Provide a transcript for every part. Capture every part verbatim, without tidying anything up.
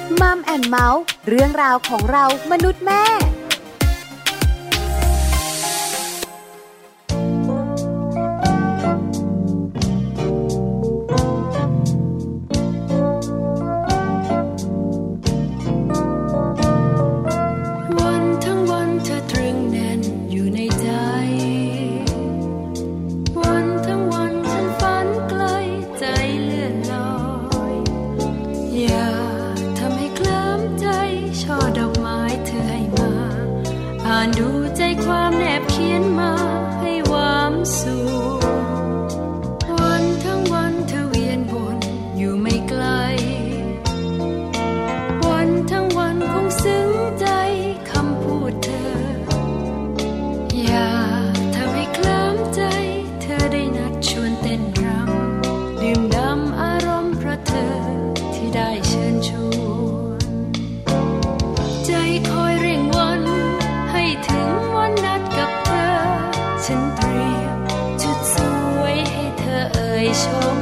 มัมแอนด์เมาส์เรื่องราวของเรามนุษย์แม่ดูใจความแนบเขียนมาให้หวามสุขวันทั้งวันเธอเวียนวนอยู่ไม่ไกลวันทั้งวันคงซึ้งใจคำพูดเธออย่าทำให้เคลิ้มใจเธอได้นัดชวนเต้นรำดื่มด่ำอารมณ์เพราะเธอที่ได้เชิญชวนใจคอยเร่งวันให้ถึงวันนัดกับเธอฉันเตรียมจุดสวยให้เธอเอ่ยชม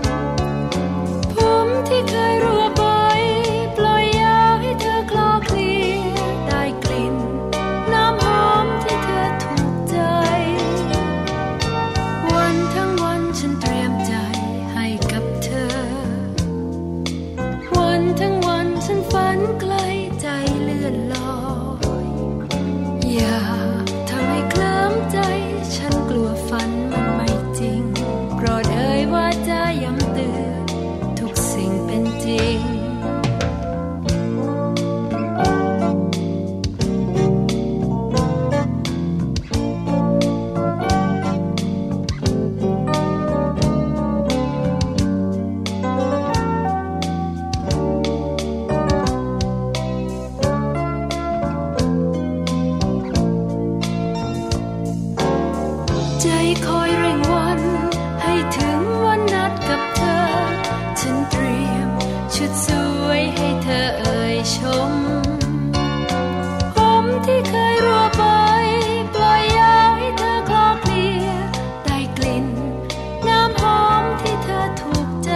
ผมที่เคยรั่วไปปล่อยยาวให้เธอคลอเคลียได้กลิ่นน้ำหอมที่เธอถูกใจวันทั้งวันฉันเตรียมใจให้กับเธอวันทั้งวันฉันฝันไกลใจเลื่อนลอยอย่าทำให้เคลิ้มใจฉันกลัวฝันมันไม่จริงโปรดเอ่ยว่าจะย้ำเตือนทุกสิ่งเป็นจริงใจคอยเร่งวันให้ถึงวันนัดกับเธอฉันเตรียมชุดสวยให้เธอเอ่ยชมผมที่เคยรั่วไปปล่อยยาวให้เธอคลอเคลียได้กลิ่นน้ำหอมที่เธอถูกใจ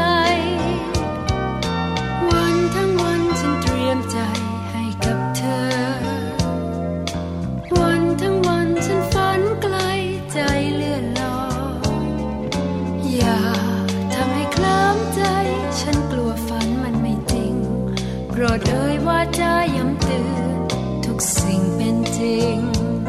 วันทั้งวันฉันเตรียมใจให้กับเธอวันทั้งวันฉันฝันไกลใจเลื่อนลอยอย่าทำให้เคลิ้มใจฉันกลัวฝันมันไม่จริงโปรดเอ่ยว่าจะย้ำเตือนทุกสิ่งเป็นจริง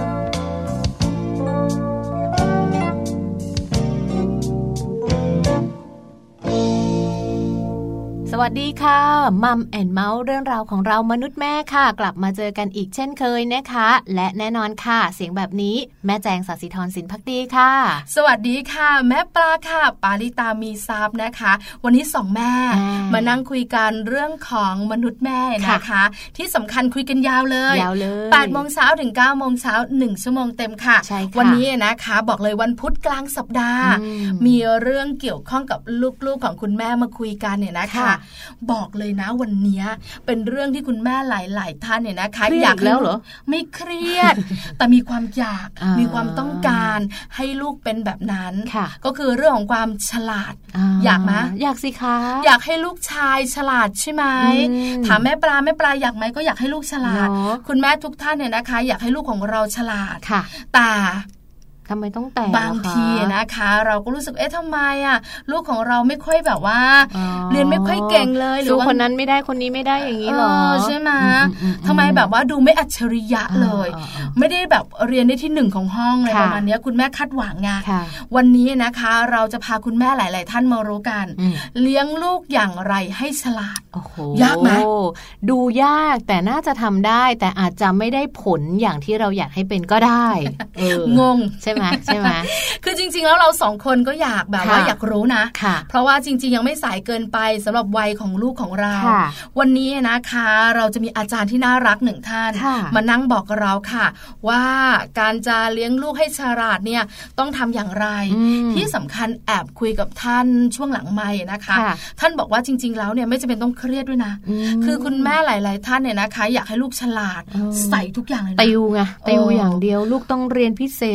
สวัสดีค่ะมัมแอนด์เมาส์เรื่องราวของเรามนุษย์แม่ค่ะกลับมาเจอกันอีกเช่นเคยนะคะและแน่นอนค่ะเสียงแบบนี้แม่แจงศศิธรสินภักดีค่ะสวัสดีค่ะแม่ปลาค่ะปาริตามีซับนะคะวันนี้สองแม่มานั่งคุยกันเรื่องของมนุษย์แม่นะคะที่สำคัญคุยกันยาวเลยยาวเลยแปดโมงเช้าถึงเก้าโมงเช้าหนึ่งชั่วโมงเต็มค่ะวันนี้นะคะบอกเลยวันพุธกลางสัปดาห์มีเรื่องเกี่ยวข้องกับลูกๆของคุณแม่มาคุยกันเนี่ยนะคะบอกเลยนะวันนี้เป็นเรื่องที่คุณแม่หลายๆท่านเนี่ยนะคะอยากแล้วเหรอไม่เครียด แต่มีความอยากมีความต้องการให้ลูกเป็นแบบนั้นก็คือเรื่องของความฉลาดอยากไหมอยากสิคะอยากให้ลูกชายฉลาดใช่ไหมถามแม่ปลาแม่ปลาอยากไหมก็อยากให้ลูกฉลาดคุณแม่ทุกท่านเนี่ยนะคะอยากให้ลูกของเราฉลาดแต่ทำไมต้องแต่บางทีนะคะเราก็รู้สึกเอ๊ะทำไมอ่ะลูกของเราไม่ค่อยแบบว่าเรียนไม่ค่อยเก่งเลยหรือว่าคนนั้นไม่ได้คนนี้ไม่ได้อย่างนี้หรอใช่ไหมทำไมแบบว่าดูไม่อัจฉริยะเลยไม่ได้แบบเรียนได้ที่หนึ่งของห้องเลยประมาณนี้คุณแม่คาดหวังไงวันนี้นะคะเราจะพาคุณแม่หลายๆท่านมารู้กันเลี้ยงลูกอย่างไรให้ฉลาดยากไหมดูยากแต่น่าจะทำได้แต่อาจจะไม่ได้ผลอย่างที่เราอยากให้เป็นก็ได้งงใช่ไหมใช่ไหมคือจริงๆแล้วเราสองคนก็อยากแบบว่าอยากรู้นะเพราะว่าจริงๆยังไม่สายเกินไปสำหรับวัยของลูกของเราวันนี้นะคะเราจะมีอาจารย์ที่น่ารักหนึ่งท่านมานั่งบอกเราค่ะว่าการจะเลี้ยงลูกให้ฉลาดเนี่ยต้องทำอย่างไรที่สำคัญแอบคุยกับท่านช่วงหลังไมค์นะคะท่านบอกว่าจริงๆแล้วเนี่ยไม่จำเป็นต้องเครียดด้วยนะคือคุณแม่หลายๆท่านเนี่ยนะคะอยากให้ลูกฉลาดใส่ทุกอย่างเลยนะติวไงติวอย่างเดียวลูกต้องเรียนพิเศษลูกต้อง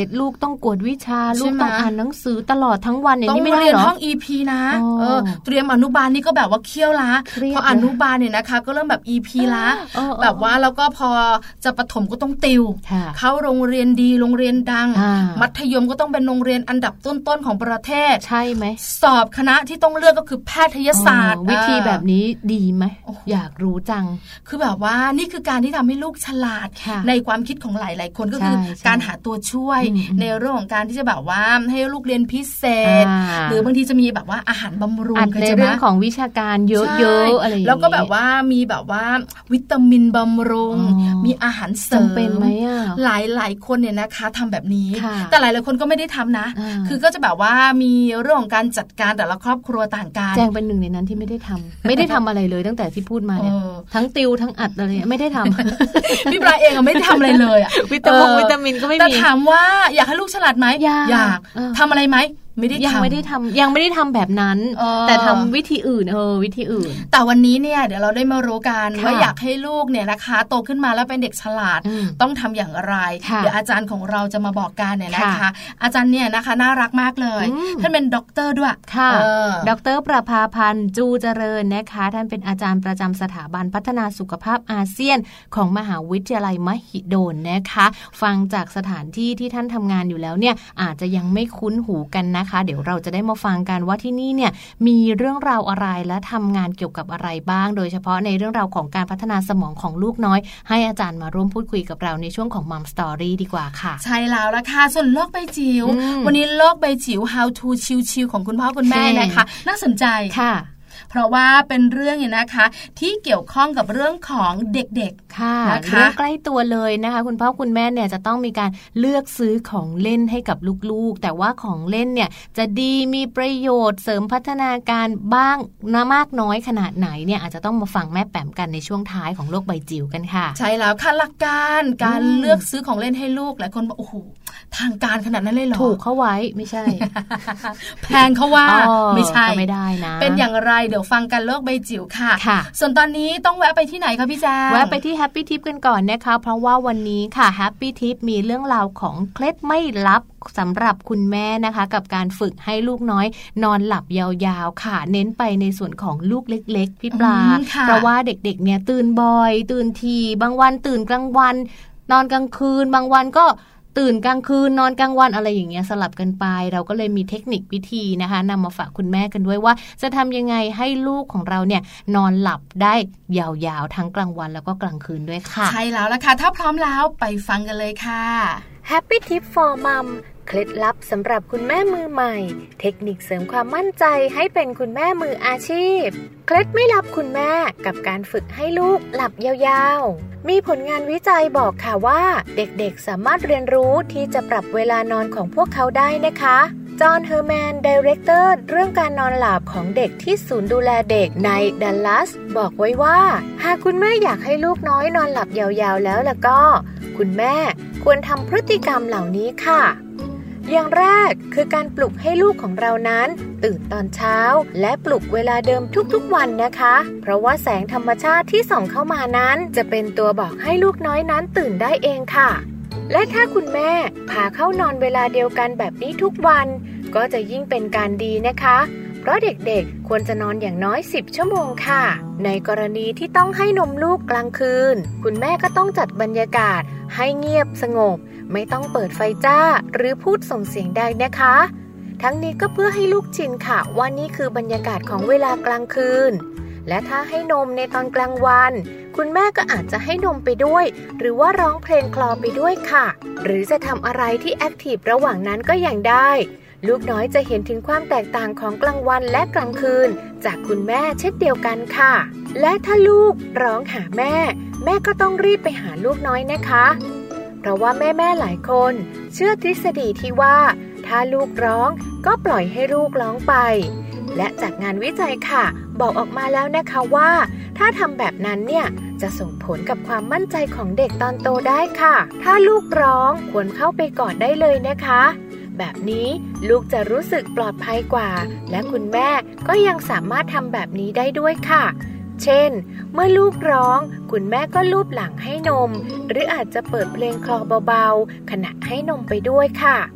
ต้องกวดวิชาลูกต้องอ่านหนังสือตลอดทั้งวันอย่างนี้ไม่ได้หรอต้องเรียนห้อง อี พี นะเออเตรียมอนุบาลนี่ก็แบบว่าเคี่ยวละพออนุบาลเนี่ยนะคะก็เริ่มแบบ อี พี ละแบบว่าแล้วก็พอจะประถมก็ต้องติวเข้าโรงเรียนดีโรงเรียนดังมัธยมก็ต้องเป็นโรงเรียนอันดับต้นๆของประเทศใช่ไหมสอบคณะที่ต้องเลือกก็คือแพทยศาสตร์วิธีแบบนี้ดีไหมอยากรู้จังคือแบบว่านี่คือการที่ทำให้ลูกฉลาดในความคิดของหลายๆคนก็คือการหาตัวช่วยในเรื่องของการที่จะแบบว่าให้ลูกเรียนพิเศษหรือบางทีจะมีแบบว่าอาหารบำรุงในเรื่องของวิชาการเยอะๆอะไรอย่างนี้แล้วก็แบบว่ามีแบบว่าวิตามินบำรุงมีอาหารเสริมเป็นไหมอ่ะหลายๆคนเนี่ยนะคะทำแบบนี้แต่หลายๆคนก็ไม่ได้ทำนะคือก็จะแบบว่ามีเรื่องของการจัดการแต่ละครอบครัวต่างกันแจงเป็นหนึ่งในนั้นที่ไม่ได้ทำไม่ได้ทำอะไรเลยตั้งแต่ที่พูดมาเนี่ยทั้งติวทั้งอัดอะไรไม่ได้ทำพี่ปลาเองอะไม่ได้ทำอะไรเลยอะวิตามินวิตามินก็ไม่มีแต่ถามว่าอยากให้ลูกฉลาดไหมอยากทำอะไรไหมไม่ได้ยังไม่ได้ทำยังไม่ได้ทำแบบนั้นแต่ทำวิธีอื่นเออวิธีอื่นแต่วันนี้เนี่ยเดี๋ยวเราได้มารู้กันว่าอยากให้ลูกเนี่ยนะคะโตขึ้นมาแล้วเป็นเด็กฉลาดต้องทำอย่างไรเดี๋ยวอาจารย์ของเราจะมาบอกกันเนี่ยนะคะอาจารย์เนี่ยนะคะน่ารักมากเลยท่านเป็นด็อกเตอร์ด้วยค่ะด็อกเตอร์ประภาพันธ์จูเจริญนะคะท่านเป็นอาจารย์ประจำสถาบันพัฒนาสุขภาพอาเซียนของมหาวิทยาลัยมหิดลนะคะฟังจากสถานที่ที่ท่านทำงานอยู่แล้วเนี่ยอาจจะยังไม่คุ้นหูกันนะคะเดี๋ยวเราจะได้มาฟังกันว่าที่นี่เนี่ยมีเรื่องราวอะไรและทำงานเกี่ยวกับอะไรบ้างโดยเฉพาะในเรื่องราวของการพัฒนาสมองของลูกน้อยให้อาจารย์มาร่วมพูดคุยกับเราในช่วงของ Mom Story ดีกว่าค่ะใช่แล้วล่ะค่ะส่วนโลกใบจิ๋ววันนี้โลกใบจิ๋ว How to ชิวๆของคุณพ่อคุณแม่นะคะน่าสนใจค่ะเพราะว่าเป็นเรื่องเนี่ยนะคะที่เกี่ยวข้องกับเรื่องของเด็กๆค่ะนะคะเรื่องใกล้ตัวเลยนะคะคุณพ่อคุณแม่เนี่ยจะต้องมีการเลือกซื้อของเล่นให้กับลูกๆแต่ว่าของเล่นเนี่ยจะดีมีประโยชน์เสริมพัฒนาการบ้างนะมากน้อยขนาดไหนเนี่ยอาจจะต้องมาฟังแม่แป๋มกันในช่วงท้ายของโลกใบจิ๋วกันค่ะใช่แล้วค่ะหลักการการเลือกซื้อของเล่นให้ลูกหลายคนบอกโอ้โหทางการขนาดนั้นเลยเหรอถูกเข้าไว้ไม่ใช่แพงเขาว่าไม่ใช่ไม่ได้นะเป็นอย่างไรเดี๋ยวฟังกันโลกใบจิ๋วค่ะส่วนตอนนี้ต้องแวะไปที่ไหนคะพี่แจ๊แวะไปที่ Happy Tip กันก่อนนะคะเพราะว่าวันนี้ค่ะ Happy Tip มีเรื่องราวของเคล็ดไม่ลับสำหรับคุณแม่นะคะกับการฝึกให้ลูกน้อยนอนหลับยาวๆค่ะเน้นไปในส่วนของลูกเล็กๆพี่ปลาเพราะว่าเด็กๆเนี่ยตื่นบ่อยตื่นทีบางวันตื่นกลางวันนอนกลางคืนบางวันก็ตื่นกลางคืนนอนกลางวันอะไรอย่างเงี้ยสลับกันไปเราก็เลยมีเทคนิควิธีนะคะนำมาฝากคุณแม่กันด้วยว่าจะทำยังไงให้ลูกของเราเนี่ยนอนหลับได้ยาวๆทั้งกลางวันแล้วก็กลางคืนด้วยค่ะใช่แล้วล่ะค่ะถ้าพร้อมแล้วไปฟังกันเลยค่ะ Happy Tip for Mom เคล็ดลับสำหรับคุณแม่มือใหม่เทคนิคเสริมความมั่นใจให้เป็นคุณแม่มืออาชีพเคล็ดไม่ลับคุณแม่กับการฝึกให้ลูกหลับยาวๆมีผลงานวิจัยบอกค่ะว่าเด็กๆสามารถเรียนรู้ที่จะปรับเวลานอนของพวกเขาได้นะคะจอห์นเฮอร์แมนไดเรคเตอร์เรื่องการนอนหลับของเด็กที่ศูนย์ดูแลเด็กในดัลลัสบอกไว้ว่าหากคุณแม่อยากให้ลูกน้อยนอนหลับยาวๆแล้วล่ะก็คุณแม่ควรทำพฤติกรรมเหล่านี้ค่ะอย่างแรกคือการปลุกให้ลูกของเรานั้นตื่นตอนเช้าและปลุกเวลาเดิมทุกๆวันนะคะเพราะว่าแสงธรรมชาติที่ส่องเข้ามานั้นจะเป็นตัวบอกให้ลูกน้อยนั้นตื่นได้เองค่ะและถ้าคุณแม่พาเข้านอนเวลาเดียวกันแบบนี้ทุกวันก็จะยิ่งเป็นการดีนะคะเพราะเด็กๆควรจะนอนอย่างน้อยสิบชั่วโมงค่ะในกรณีที่ต้องให้นมลูกกลางคืนคุณแม่ก็ต้องจัดบรรยากาศให้เงียบสงบไม่ต้องเปิดไฟจ้าหรือพูดส่งเสียงใดนะคะทั้งนี้ก็เพื่อให้ลูกชินค่ะว่านี่คือบรรยากาศของเวลากลางคืนและถ้าให้นมในตอนกลางวันคุณแม่ก็อาจจะให้นมไปด้วยหรือว่าร้องเพลงคลอไปด้วยค่ะหรือจะทำอะไรที่แอคทีฟระหว่างนั้นก็ยังได้ลูกน้อยจะเห็นถึงความแตกต่างของกลางวันและกลางคืนจากคุณแม่เช่นเดียวกันค่ะและถ้าลูกร้องหาแม่แม่ก็ต้องรีบไปหาลูกน้อยนะคะเพราะว่าแม่ๆหลายคนเชื่อทฤษฎีที่ว่าถ้าลูกร้องก็ปล่อยให้ลูกร้องไปและจากงานวิจัยค่ะบอกออกมาแล้วนะคะว่าถ้าทำแบบนั้นเนี่ยจะส่งผลกับความมั่นใจของเด็กตอนโตได้ค่ะถ้าลูกร้องควรเข้าไปกอดได้เลยนะคะแบบนี้ลูกจะรู้สึกปลอดภัยกว่าและคุณแม่ก็ยังสามารถทำแบบนี้ได้ด้วยค่ะเช่นเมื่อลูกร้องคุณแม่ก็ลูบหลังให้นมหรืออาจจะเปิดเพลงคลอเบาๆขณะให้นมไปด้วยค่ะ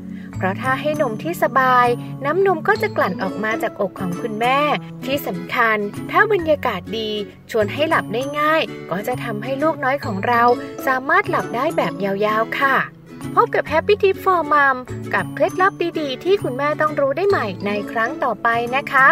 ราะถ้าให้นมที่สบายน้ำนมก็จะกลั่นออกมาจากอกของคุณแม่ที่สำคัญถ้าบรรยากาศดีชวนให้หลับได้ง่ายก็จะทำให้ลูกน้อยของเราสามารถหลับได้แบบยาวๆค่ะพบกับ Happy Tip for Mom กับเคล็ดลับดีๆที่คุณแม่ต้องรู้ได้ใหม่ในครั้งต่อไปนะคะ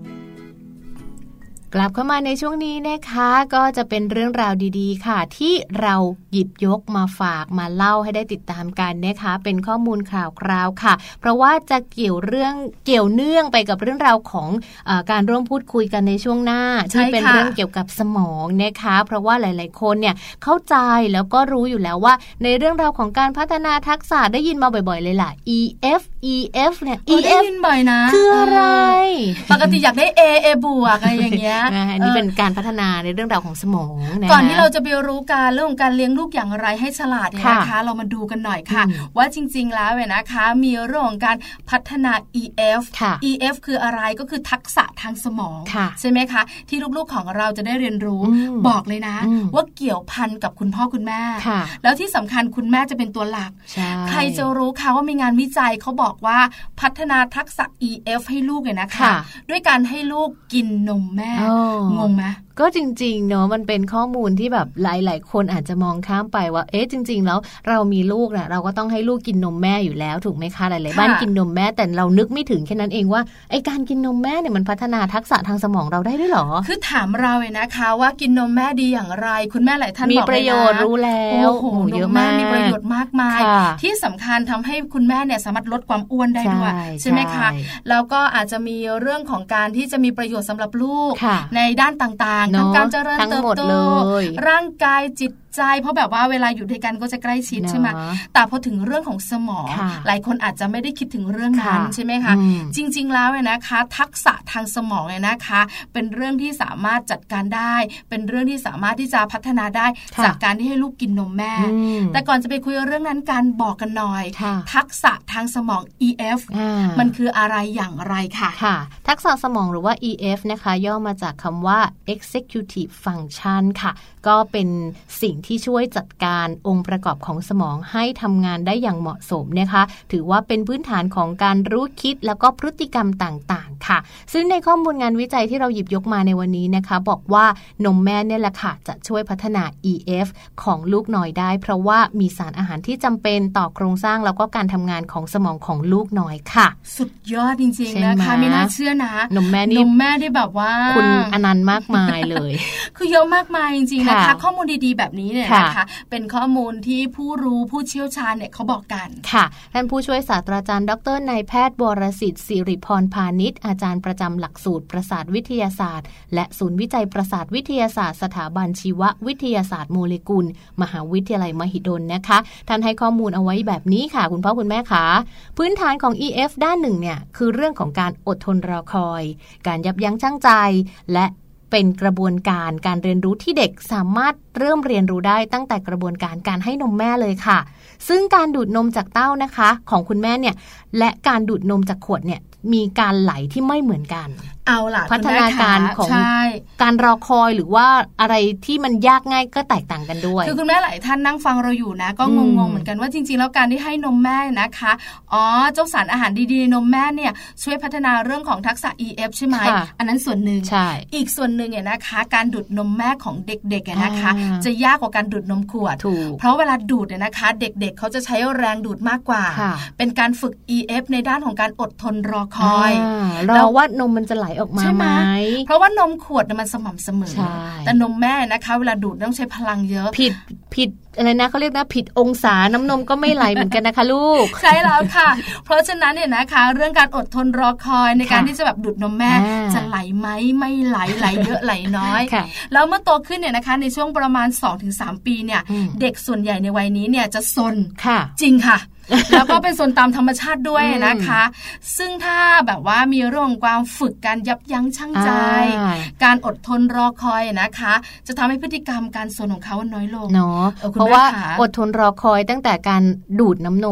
กลับเข้ามาในช่วงนี้นะคะก็จะเป็นเรื่องราวดีๆค่ะที่เราหยิบยกมาฝากมาเล่าให้ได้ติดตามกันนะคะเป็นข้อมูลข่าวคราวค่ะเพราะว่าจะเกี่ยวเรื่องเกี่ยวเนื่องไปกับเรื่องราวของเอ่อการร่วมพูดคุยกันในช่วงหน้าที่เป็นเรื่องเกี่ยวกับสมองนะคะเพราะว่าหลายๆคนเนี่ยเข้าใจแล้วก็รู้อยู่แล้วว่าในเรื่องราวของการพัฒนาทักษะได้ยินมาบ่อยๆเลยล่ะ อี เอฟ อี เอฟ เนี่ย อี เอฟได้ยินบ่อยนะคืออะไรปกติอยากได้ A A บวกอะไรอย่างเงี้ยอันนี้เป็นการพัฒนาในเรื่องราวของสมองนะก่อนที่เราจะไปรู้การเรื่องของการเลี้ยงลูกอย่างไรให้ฉลาดเนี่ยนะคะเรามาดูกันหน่อยค่ะว่าจริงๆแล้วเนี่ยนะคะมีเรื่องของการพัฒนา อี เอฟ อี เอฟ คืออะไรก็คือทักษะทางสมองใช่ไหมคะที่ลูกๆของเราจะได้เรียนรู้บอกเลยนะว่าเกี่ยวพันกับคุณพ่อคุณแม่แล้วที่สำคัญคุณแม่จะเป็นตัวหลักใครจะรู้คะว่ามีงานวิจัยเขาบอกว่าพัฒนาทักษะ อี เอฟ ให้ลูกเนี่ยนะคะด้วยการให้ลูกกินนมแม่งงไหมก็จริงๆเนาะมันเป็นข้อมูลที่แบบหลายๆคนอาจจะมองข้ามไปว่าเอ๊ะจริงๆแล้วเรามีลูกนะเราก็ต้องให้ลูกกินนมแม่อยู่แล้วถูกไหมคะหลายๆบ้านกินนมแม่แต่เรานึกไม่ถึงแค่นั้นเองว่าไอ้การกินนมแม่เนี่ยมันพัฒนาทักษะทางสมองเราได้ด้วยหรอคือถามเราเลยนะคะว่ากินนมแม่ดีอย่างไรคุณแม่หลายท่านบอกเลยนะมีประโยชน์รู้แล้วโอ้โหเยอะมากมีประโยชน์มากมายที่สำคัญทำให้คุณแม่เนี่ยสามารถลดความอ้วนได้ด้วยใช่ไหมคะแล้วก็อาจจะมีเรื่องของการที่จะมีประโยชน์สำหรับลูกในด้านต่างๆทั้งการเจริญเติบโตร่างกายจิตใจเพราะแบบว่าเวลาอยู่ด้วยกันก็จะใกล้ชิดใช่ไหมแต่พอถึงเรื่องของสมองหลายคนอาจจะไม่ได้คิดถึงเรื่องนั้นใช่ไหมคะจริงๆแล้วเนี่ยนะคะทักษะทางสมองเนี่ยนะคะเป็นเรื่องที่สามารถจัดการได้เป็นเรื่องที่สามารถที่จะพัฒนาได้จากการที่ให้ลูกกินนมแม่แต่ก่อนจะไปคุยเรื่องนั้นการบอกกันหน่อยทักษะทางสมอง อี เอฟ มันคืออะไรอย่างไรค่ะค่ะทักษะสมองหรือว่า อี เอฟ นะคะย่อมาจากคำว่า executive function ค่ะก็เป็นสิ่งที่ช่วยจัดการองค์ประกอบของสมองให้ทำงานได้อย่างเหมาะสมนะคะถือว่าเป็นพื้นฐานของการรู้คิดแล้วก็พฤติกรรมต่างๆค่ะซึ่งในข้อมูลงานวิจัยที่เราหยิบยกมาในวันนี้นะคะบอกว่านมแม่เนี่ยแหละค่ะจะช่วยพัฒนา อี เอฟ ของลูกน้อยได้เพราะว่ามีสารอาหารที่จำเป็นต่อโครงสร้างแล้วก็การทำงานของสมองของลูกน้อยค่ะสุดยอดจริงๆนะคะไม่น่าเชื่อนะนมแม่นี่นมแม่ได้แบบว่าคุณอนันต์มากมายเลยคือเยอะมากมายจริงๆนะคะข้อมูลดีๆแบบนี้เนี่ยนะคะเป็นข้อมูลที่ผู้รู้ผู้เชี่ยวชาญเนี่ยเขาบอกกันค่ะท่านผู้ช่วยศาสตราจารย์ดรนายแพทย์วรสิทธิ์สิริพรพาณิชย์อาจารย์ประจำหลักสูตรประสาทวิทยาศาสตร์และศูนย์วิจัยประสาทวิทยาศาสตร์สถาบันชีววิทยาศาสตร์โมเลกุลมหาวิทยาลัยมหิดลนะคะท่านให้ข้อมูลเอาไว้แบบนี้ค่ะคุณพ่อคุณแม่คะพื้นฐานของ อี เอฟ ด้านหนึ่งเนี่ยคือเรื่องของการอดทนรอคอยการยับยั้งชั่งใจและเป็นกระบวนการการเรียนรู้ที่เด็กสามารถเริ่มเรียนรู้ได้ตั้งแต่กระบวนการการให้นมแม่เลยค่ะซึ่งการดูดนมจากเต้านะคะของคุณแม่เนี่ยและการดูดนมจากขวดเนี่ยมีการไหลที่ไม่เหมือนกันเอาล่ะพัฒนาการของการรอคอยหรือว่าอะไรที่มันยากง่ายก็แตกต่างกันด้วยคือคุณแม่หลายท่านนั่งฟังเราอยู่นะก็งงๆเหมือนกันว่าจริงๆแล้วการที่ให้นมแม่นะคะอ๋อเจ้าสารอาหารดีๆนมแม่เนี่ยช่วยพัฒนาเรื่องของทักษะ อี เอฟ ใช่ไหมอันนั้นส่วนหนึ่งอีกส่วนหนึ่งเนี่ยนะคะการดูดนมแม่ของเด็กๆเนี่ยนะคะจะยากกว่าการดูดนมขวดเพราะเวลาดูดเนี่ยนะคะเด็กๆเขาจะใช้แรงดูดมากกว่าเป็นการฝึก อี เอฟ ในด้านของการอดทนรอคอยรอว่านมมันจะไหลออกมาไหมเพราะว่านมขวดมันสม่ำเสมอแต่นมแม่นะคะเวลาดูดต้องใช้พลังเยอะผิดผิดอะไรนะเขาเรียกนะผิดองศาน้ำนมก็ไม่ไหลเหมือนกันนะคะลูกใช่แล้วค่ะเพราะฉะนั้นเนี่ยนะคะเรื่องการอดทนรอคอยในการที่จะแบบดูดนมแม่จะไหลไหมไม่ไหลไหลเยอะไหลน้อยแล้วเมื่อโตขึ้นเนี่ยนะคะในช่วงประมาณ สองถึงสาม ปีเนี่ยเด็กส่วนใหญ่ในวัยนี้เนี่ยจะซนจริงค่ะแล้วก็เป็นส่วนตามธรรมชาติด้วยนะคะซึ่งถ้าแบบว่ามีเรื่องของความฝึกการยับยั้งชั่งใจการอดทนรอคอยนะคะจะทำให้พฤติกรรมการซนของเขาน้อยลงเนาะเพราะว่าอดทนรอคอยตั้งแต่การดูดน้ำนม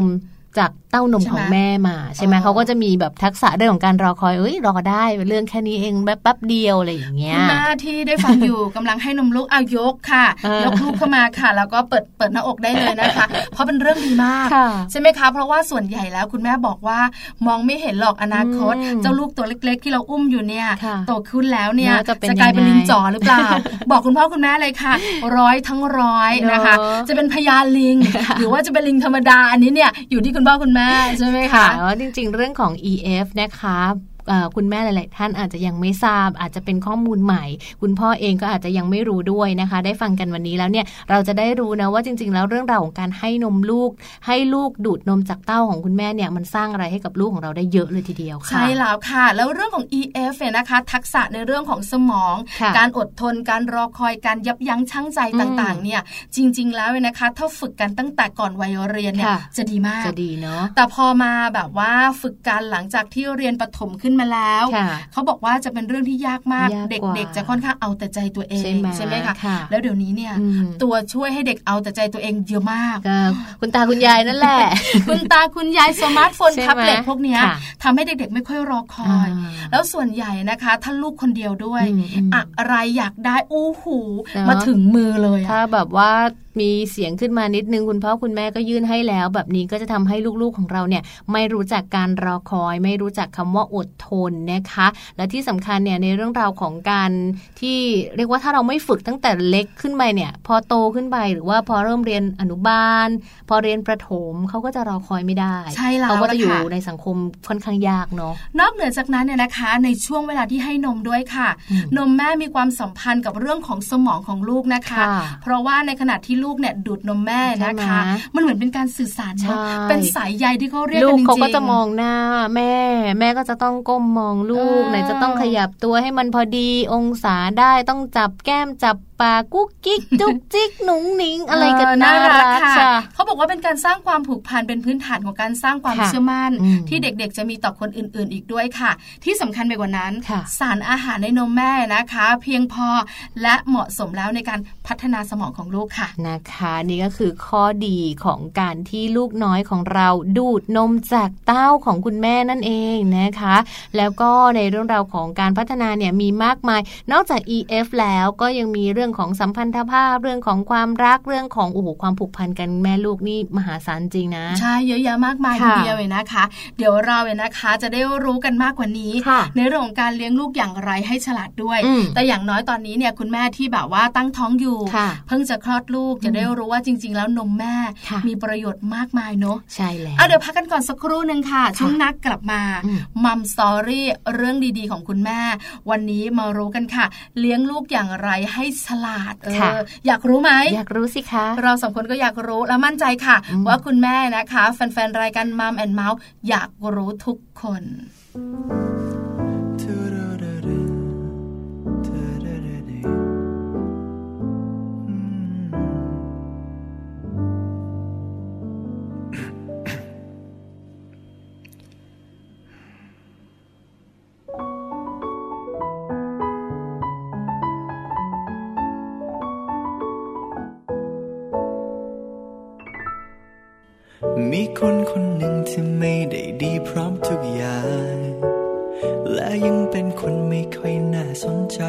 จากเต้านมของแม่มาใช่ไหมเขาก็จะมีแบบทักษะเรื่องของการรอคอยเอ้ยรอได้เป็นเรื่องแค่นี้เองแป๊บเดียวอะไรอย่างเงี้ยคุณแม่ที่ได้ฟังอยู่ กำลังให้นมลูกเอายกค่ะยกลูกเข้ามาค่ะแล้วก็เปิดเปิดหน้าอกได้เลยนะคะเพราะเป็นเรื่องดีมากใช่ไหมคะเพราะว่าส่วนใหญ่แล้วคุณแม่บอกว่ามองไม่เห็นหรอกอนาคตเจ้าลูกตัวเล็กๆที่เราอุ้มอยู่เนี่ยโตขึ้นแล้วเนี่ยจะกลายเป็นลิงจ๋อหรือเปล่าบอกคุณพ่อคุณแม่เลยค่ะร้อยทั้งร้อยนะคะจะเป็นพญาลิงหรือว่าจะเป็นลิงธรรมดาอันนี้เนี่ยอยู่ที่คุณพ่อคุณแม่ใช่ไหมคะว่าจริงๆเรื่องของ อี เอฟ นะคะคุณแม่หลายๆท่านอาจจะยังไม่ทราบอาจจะเป็นข้อมูลใหม่คุณพ่อเองก็อาจจะยังไม่รู้ด้วยนะคะได้ฟังกันวันนี้แล้วเนี่ยเราจะได้รู้นะว่าจริงๆแล้วเรื่องราวของการให้นมลูกให้ลูกดูดนมจากเต้าของคุณแม่เนี่ยมันสร้างอะไรให้กับลูกของเราได้เยอะเลยทีเดียวค่ะใช่แล้วค่ะแล้วเรื่องของ อี เอฟ เนี่ยนะคะทักษะในเรื่องของสมองการอดทนการรอคอยการยับยั้งชั่งใจต่างๆเนี่ยจริงๆแล้วนะคะถ้าฝึกกันตั้งแต่ก่อนวัยเรียนเนี่ยจะดีมากจะดีเนาะแต่พอมาแบบว่าฝึกกันหลังจากที่เรียนประถมขึ้นมาแล้วเขาบอกว่าจะเป็นเรื่องที่ยากมากเด็กๆจะค่อนข้างเอาแต่ใจตัวเองใช่ไหมคะแล้วเดี๋ยวนี้เนี่ยตัวช่วยให้เด็กเอาแต่ใจตัวเองเยอะมากคุณตาคุณยายนั่นแหละคุณตาคุณยายสมาร์ทโฟนแท็บเล็ตพวกนี้ทำให้เด็กๆไม่ค่อยรอคอยแล้วส่วนใหญ่นะคะถ้าลูกคนเดียวด้วยอะไรอยากได้อู้หูมาถึงมือเลยถ้าแบบว่ามีเสียงขึ้นมานิดนึงคุณพ่อคุณแม่ก็ยื่นให้แล้วแบบนี้ก็จะทำให้ลูกๆของเราเนี่ยไม่รู้จักการรอคอยไม่รู้จักคำว่าอดทนนะคะและที่สำคัญเนี่ยในเรื่องราวของการที่เรียกว่าถ้าเราไม่ฝึกตั้งแต่เล็กขึ้นไปเนี่ยพอโตขึ้นไปหรือว่าพอเริ่มเรียนอนุบาลพอเรียนประถมเขาก็จะรอคอยไม่ได้ใช่แล้วเขาก็จะอยู่ในสังคมค่อนข้างยากเนาะนอกเหนือจากนั้นเนี่ยนะคะในช่วงเวลาที่ให้นมด้วยค่ะนมแม่มีความสัมพันธ์กับเรื่องของสมองของลูกนะคะเพราะว่าในขณะที่ลูกเนี่ยดูดนมแม่นะคะมันเหมือนเป็นการสื่อสารเป็นสายใยที่เขาเรียกกันจริงๆลูกเขาก็จะมองหน้าแม่แม่ก็จะต้องก้มมองลูกไหนจะต้องขยับตัวให้มันพอดีองศาได้ต้องจับแก้มจับปากกุ๊กกิ๊กจุกจิกหนุ่งหนิงอะไรกันน่ารักค่ะเขาบอกว่าเป็นการสร้างความผูกพันเป็นพื้นฐานของการสร้างความเชื่อมั่นที่เด็กๆจะมีต่อคนอื่นๆอีกด้วยค่ะที่สำคัญไปกว่านั้นสารอาหารในนมแม่นะคะเพียงพอและเหมาะสมแล้วในการพัฒนาสมองของลูกค่ะนะคะนี่ก็คือข้อดีของการที่ลูกน้อยของเราดูดนมจากเต้าของคุณแม่นั่นเองนะคะแล้วก็ในเรื่องราวของการพัฒนาเนี่ยมีมากมายนอกจาก อี เอฟ แล้วก็ยังมีเรื่องของสัมพันธภาพเรื่องของความรักเรื่องของโอ้โหความผูกพันกันแม่ลูกนี่มหาศาลจริงนะใช่เยอะแยะมากมายทีเดียวเลยนะคะเดี๋ยวเราเนี่ยนะคะจะได้รู้กันมากกว่านี้ในเรื่องของการเลี้ยงลูกอย่างไรให้ฉลาดด้วยแต่อย่างน้อยตอนนี้เนี่ยคุณแม่ที่แบบว่าตั้งท้องอยู่เพิ่งจะคลอดลูกจะได้รู้ว่าจริงๆแล้วนมแม่มีประโยชน์มากมายเนาะใช่แล้วเอาเดี๋ยวพักกันก่อนสักครู่นึงค่ะช่วงนักกลับมามัมสตอรี่เรื่องดีๆของคุณแม่วันนี้มารู้กันค่ะเลี้ยงลูกอย่างไรให้ฉลาดเอออยากรู้ไหมอยากรู้สิคะเราสองคนก็อยากรู้และมั่นใจค่ะว่าคุณแม่นะคะแฟนๆรายการมัมแอนด์เมาส์อยากรู้ทุกคนมีคนคนหนึ่งที่ไม่ได้ดีพร้อมทุกอย่างและยังเป็นคนไม่ค่อยน่าสนใจ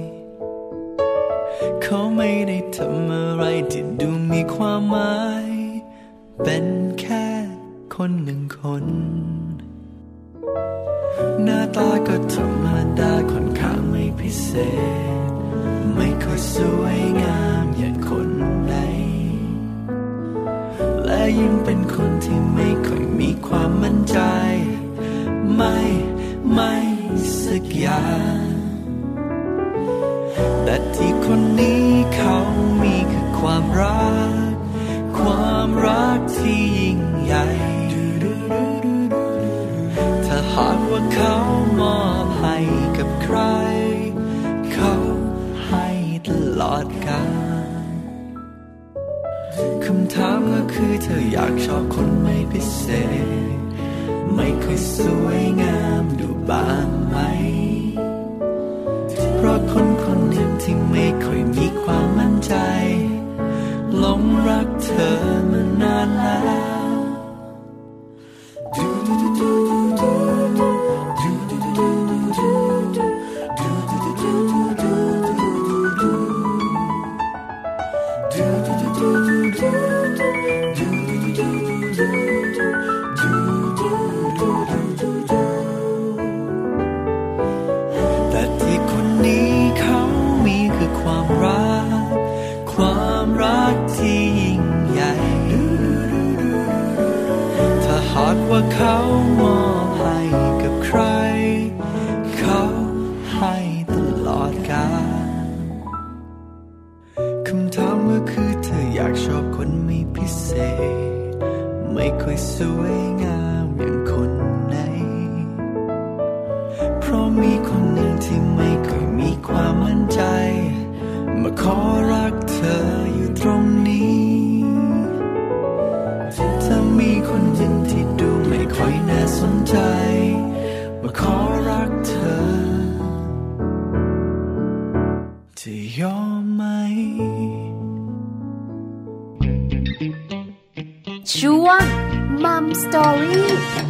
เขาไม่ได้ทำอะไรที่ดูมีความหมายเป็นแค่คนหนึ่งคนหน้าตาก็ธรรมดาค่อนข้างไม่พิเศษไม่ค่อยสวยงามอย่างคนไหนและยิ่งเป็นคนที่ไม่ค่อยมีความมั่นใจไม่ไม่สักอย่างแต่ที่คนนี้เขามีคือความรักความรักที่ยิ่งใหญ่ถ้าหากว่าเขามอบให้กับใครเขาให้ตลอดกาลคำถามก็คือเธออยากชอบคนไม่พิเศษไม่ค่อยสวยงามดูบ้างไหมเพราะคนคนหนึ่งที่ไม่ค่อยมีความมั่นใจหลงรักเธอมานานแล้วแต่ที่คนนี้เขามีคือความรักความรักที่ยิ่งใหญ่ถ้าหากว่าเขามอบให้กับใครเขาให้ตลอดกาลคำถามก็คือเธออยากชอบคนไม่พิเศษไม่ค่อยสวยงามอย่างคนไหนเพราะมีคนหนึ่งที่ไม่ค่อยมีความมั่นใจมาขอรักเธออยู่ตรงนี้ถ้ามีคนหนึ่งที่ดูไม่ค่อยน่าสนใจมาขอรักเธอจะยอมไหมช่วงมัมสตอรี่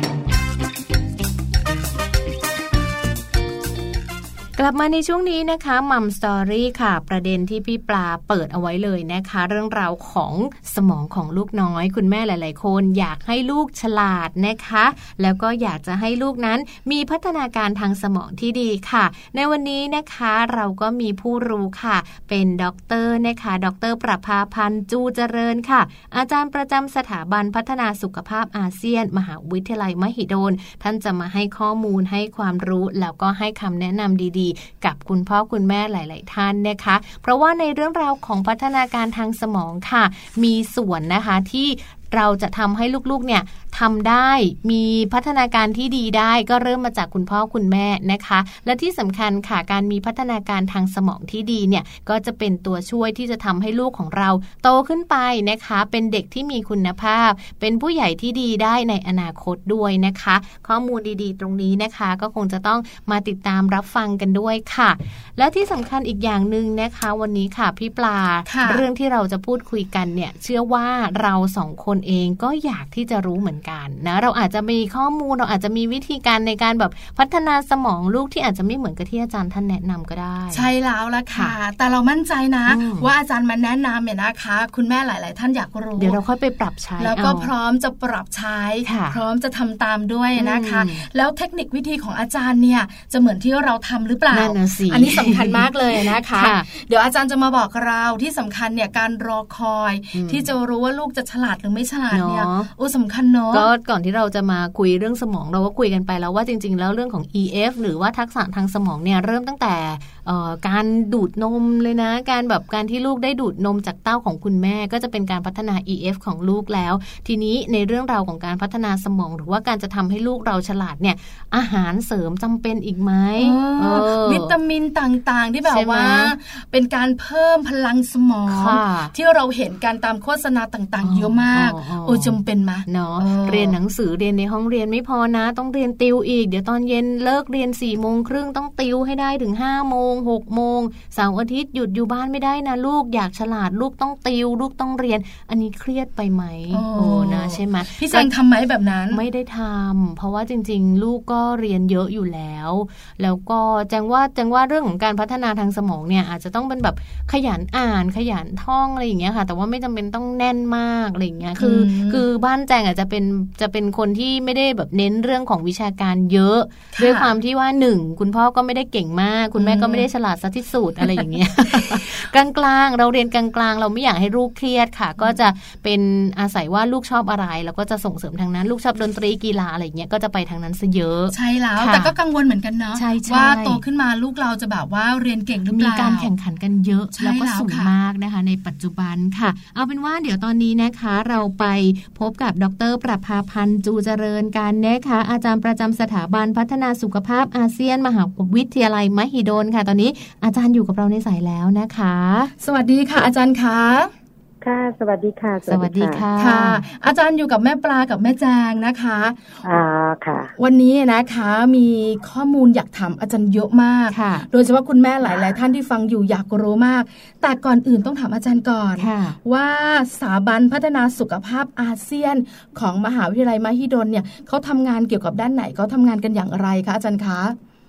กลับมาในช่วงนี้นะคะมัมสตอรี่ค่ะประเด็นที่พี่ปลาเปิดเอาไว้เลยนะคะเรื่องราวของสมองของลูกน้อยคุณแม่หลายๆคนอยากให้ลูกฉลาดนะคะแล้วก็อยากจะให้ลูกนั้นมีพัฒนาการทางสมองที่ดีค่ะในวันนี้นะคะเราก็มีผู้รู้ค่ะเป็นด็อกเตอร์นะคะดร.ประภาพันธ์จูเจริญค่ะอาจารย์ประจำสถาบันพัฒนาสุขภาพอาเซียนมหาวิทยาลัยมหิดลท่านจะมาให้ข้อมูลให้ความรู้แล้วก็ให้คำแนะนำดีๆกับคุณพ่อคุณแม่หลายๆท่านนะคะเพราะว่าในเรื่องราวของพัฒนาการทางสมองค่ะมีส่วนนะคะที่เราจะทำให้ลูกๆเนี่ยทำได้มีพัฒนาการที่ดีได้ก็เริ่มมาจากคุณพ่อคุณแม่นะคะและที่สำคัญค่ะการมีพัฒนาการทางสมองที่ดีเนี่ยก็จะเป็นตัวช่วยที่จะทำให้ลูกของเราโตขึ้นไปนะคะเป็นเด็กที่มีคุณภาพเป็นผู้ใหญ่ที่ดีได้ในอนาคตด้วยนะคะข้อมูลดีๆตรงนี้นะคะก็คงจะต้องมาติดตามรับฟังกันด้วยค่ะและที่สำคัญอีกอย่างนึงนะคะวันนี้ค่ะพี่ปลาเรื่องที่เราจะพูดคุยกันเนี่ยเชื่อว่าเราสองคนเองก็อยากที่จะรู้เหมือนกันนะเราอาจจะมีข้อมูลเราอาจจะมีวิธีการในการแบบพัฒนาสมองลูกที่อาจจะไม่เหมือนกับที่อาจารย์ท่านแนะนำก็ได้ใช่แล้วล่ะค่ะแต่เรามั่นใจนะว่าอาจารย์มาแนะนำเนี่ยนะคะคุณแม่หลายๆท่านอยากรู้เดี๋ยวเราค่อยไปปรับใช้แล้วก็พร้อมจะปรับใช้พร้อมจะทำตามด้วยนะคะแล้วเทคนิควิธีของอาจารย์เนี่ยจะเหมือนที่เราทำหรือเปล่า อันนี้สำคัญมากเลยนะคะเดี๋ยวอาจารย์จะมาบอกเราที่สำคัญเนี่ยการรอคอยที่จะรู้ว่าลูกจะฉลาดหรือไม่ฉลาดเนี่ยโอ้สำคัญเนาะก็ก่อนที่เราจะมาคุยเรื่องสมองเราก็คุยกันไปแล้วว่าจริงๆแล้วเรื่องของ อี เอฟ หรือว่าทักษะทางสมองเนี่ยเริ่มตั้งแต่การดูดนมเลยนะการแบบการที่ลูกได้ดูดนมจากเต้าของคุณแม่ก็จะเป็นการพัฒนา อี เอฟ ของลูกแล้วทีนี้ในเรื่องราวของการพัฒนาสมองหรือว่าการจะทำให้ลูกเราฉลาดเนี่ยอาหารเสริมจำเป็นอีกไหมวิตามินต่างๆที่แบบว่าเป็นการเพิ่มพลังสมองที่เราเห็นการตามโฆษณาต่างๆเยอะมากโอ้จำเป็นไหมเนาะเรียนหนังสือเรียนในห้องเรียนไม่พอนะต้องเรียนติวอีกเดี๋ยวตอนเย็นเลิกเรียนสี่โมงครึ่งต้องติวให้ได้ถึงห้าโมงหกโมงเสาร์อาทิตย์หยุดอยู่บ้านไม่ได้นะลูกอยากฉลาดลูกต้องติวลูกต้องเรียนอันนี้เครียดไปไหมโอ้นะใช่ไหมพี่จังทำไหมแบบนั้นไม่ได้ทำเพราะว่าจริงๆลูกก็เรียนเยอะอยู่แล้วแล้วก็แจ้งว่าแจ้งว่าเรื่องของการพัฒนาทางสมองเนี่ยอาจจะต้องเป็นแบบขยันอ่านขยันท่องอะไรอย่างเงี้ยค่ะแต่ว่าไม่จำเป็นต้องแน่นมากอะไรอย่างเงี้ยคือคือบ้านแจงอาจจะเป็นจะเป็นคนที่ไม่ได้แบบเน้นเรื่องของวิชาการเยอะด้วยความที่ว่าหนึ่งคุณพ่อก็ไม่ได้เก่งมากคุณแม่ก็ไม่ได้ฉลาดซะที่สุดอะไรอย่างเงี้ย กลางๆเราเรียนกลางๆเราไม่อยากให้ลูกเครียดค่ะก็จะเป็นอาศัยว่าลูกชอบอะไรแล้วก็จะส่งเสริมทางนั้นลูกชอบดนตรีกีฬาอะไรอย่างเงี้ยก็จะไปทางนั้นซะเยอะใช่แล้วแต่ก็กังวลเหมือนกันเนาะว่าโตขึ้นมาลูกเราจะแบบว่าเรียนเก่งหรือเปล่ามีการแข่งขันกันเยอะแล้วก็สูงมากนะคะในปัจจุบันค่ะเอาเป็นว่าเดี๋ยวตอนนี้นะคะเราไปพบกับดร.ประภาพันธ์จูเจริญกันนะคะอาจารย์ประจำสถาบันพัฒนาสุขภาพอาเซียนมหาวิทยาลัยมหิดลค่ะตอนนี้อาจารย์อยู่กับเราในสายแล้วนะคะสวัสดีค่ะอาจารย์คะค่ะสวัสดีค่ะสวัสดีค่ะค่ะอาจารย์อยู่กับแม่ปลากับแม่แจงนะคะอ่าค่ะวันนี้นะคะมีข้อมูลอยากถามอาจารย์เยอะมากค่ะโดยเฉพาะคุณแม่หลายๆท่านที่ฟังอยู่อยากรู้มากแต่ก่อนอื่นต้องถามอาจารย์ก่อนว่าสถาบันพัฒนาสุขภาพอาเซียนของมหาวิทยาลัยมหิดลเนี่ยเขาทำงานเกี่ยวกับด้านไหนเขาทำงานกันอย่างไรคะอาจารย์คะ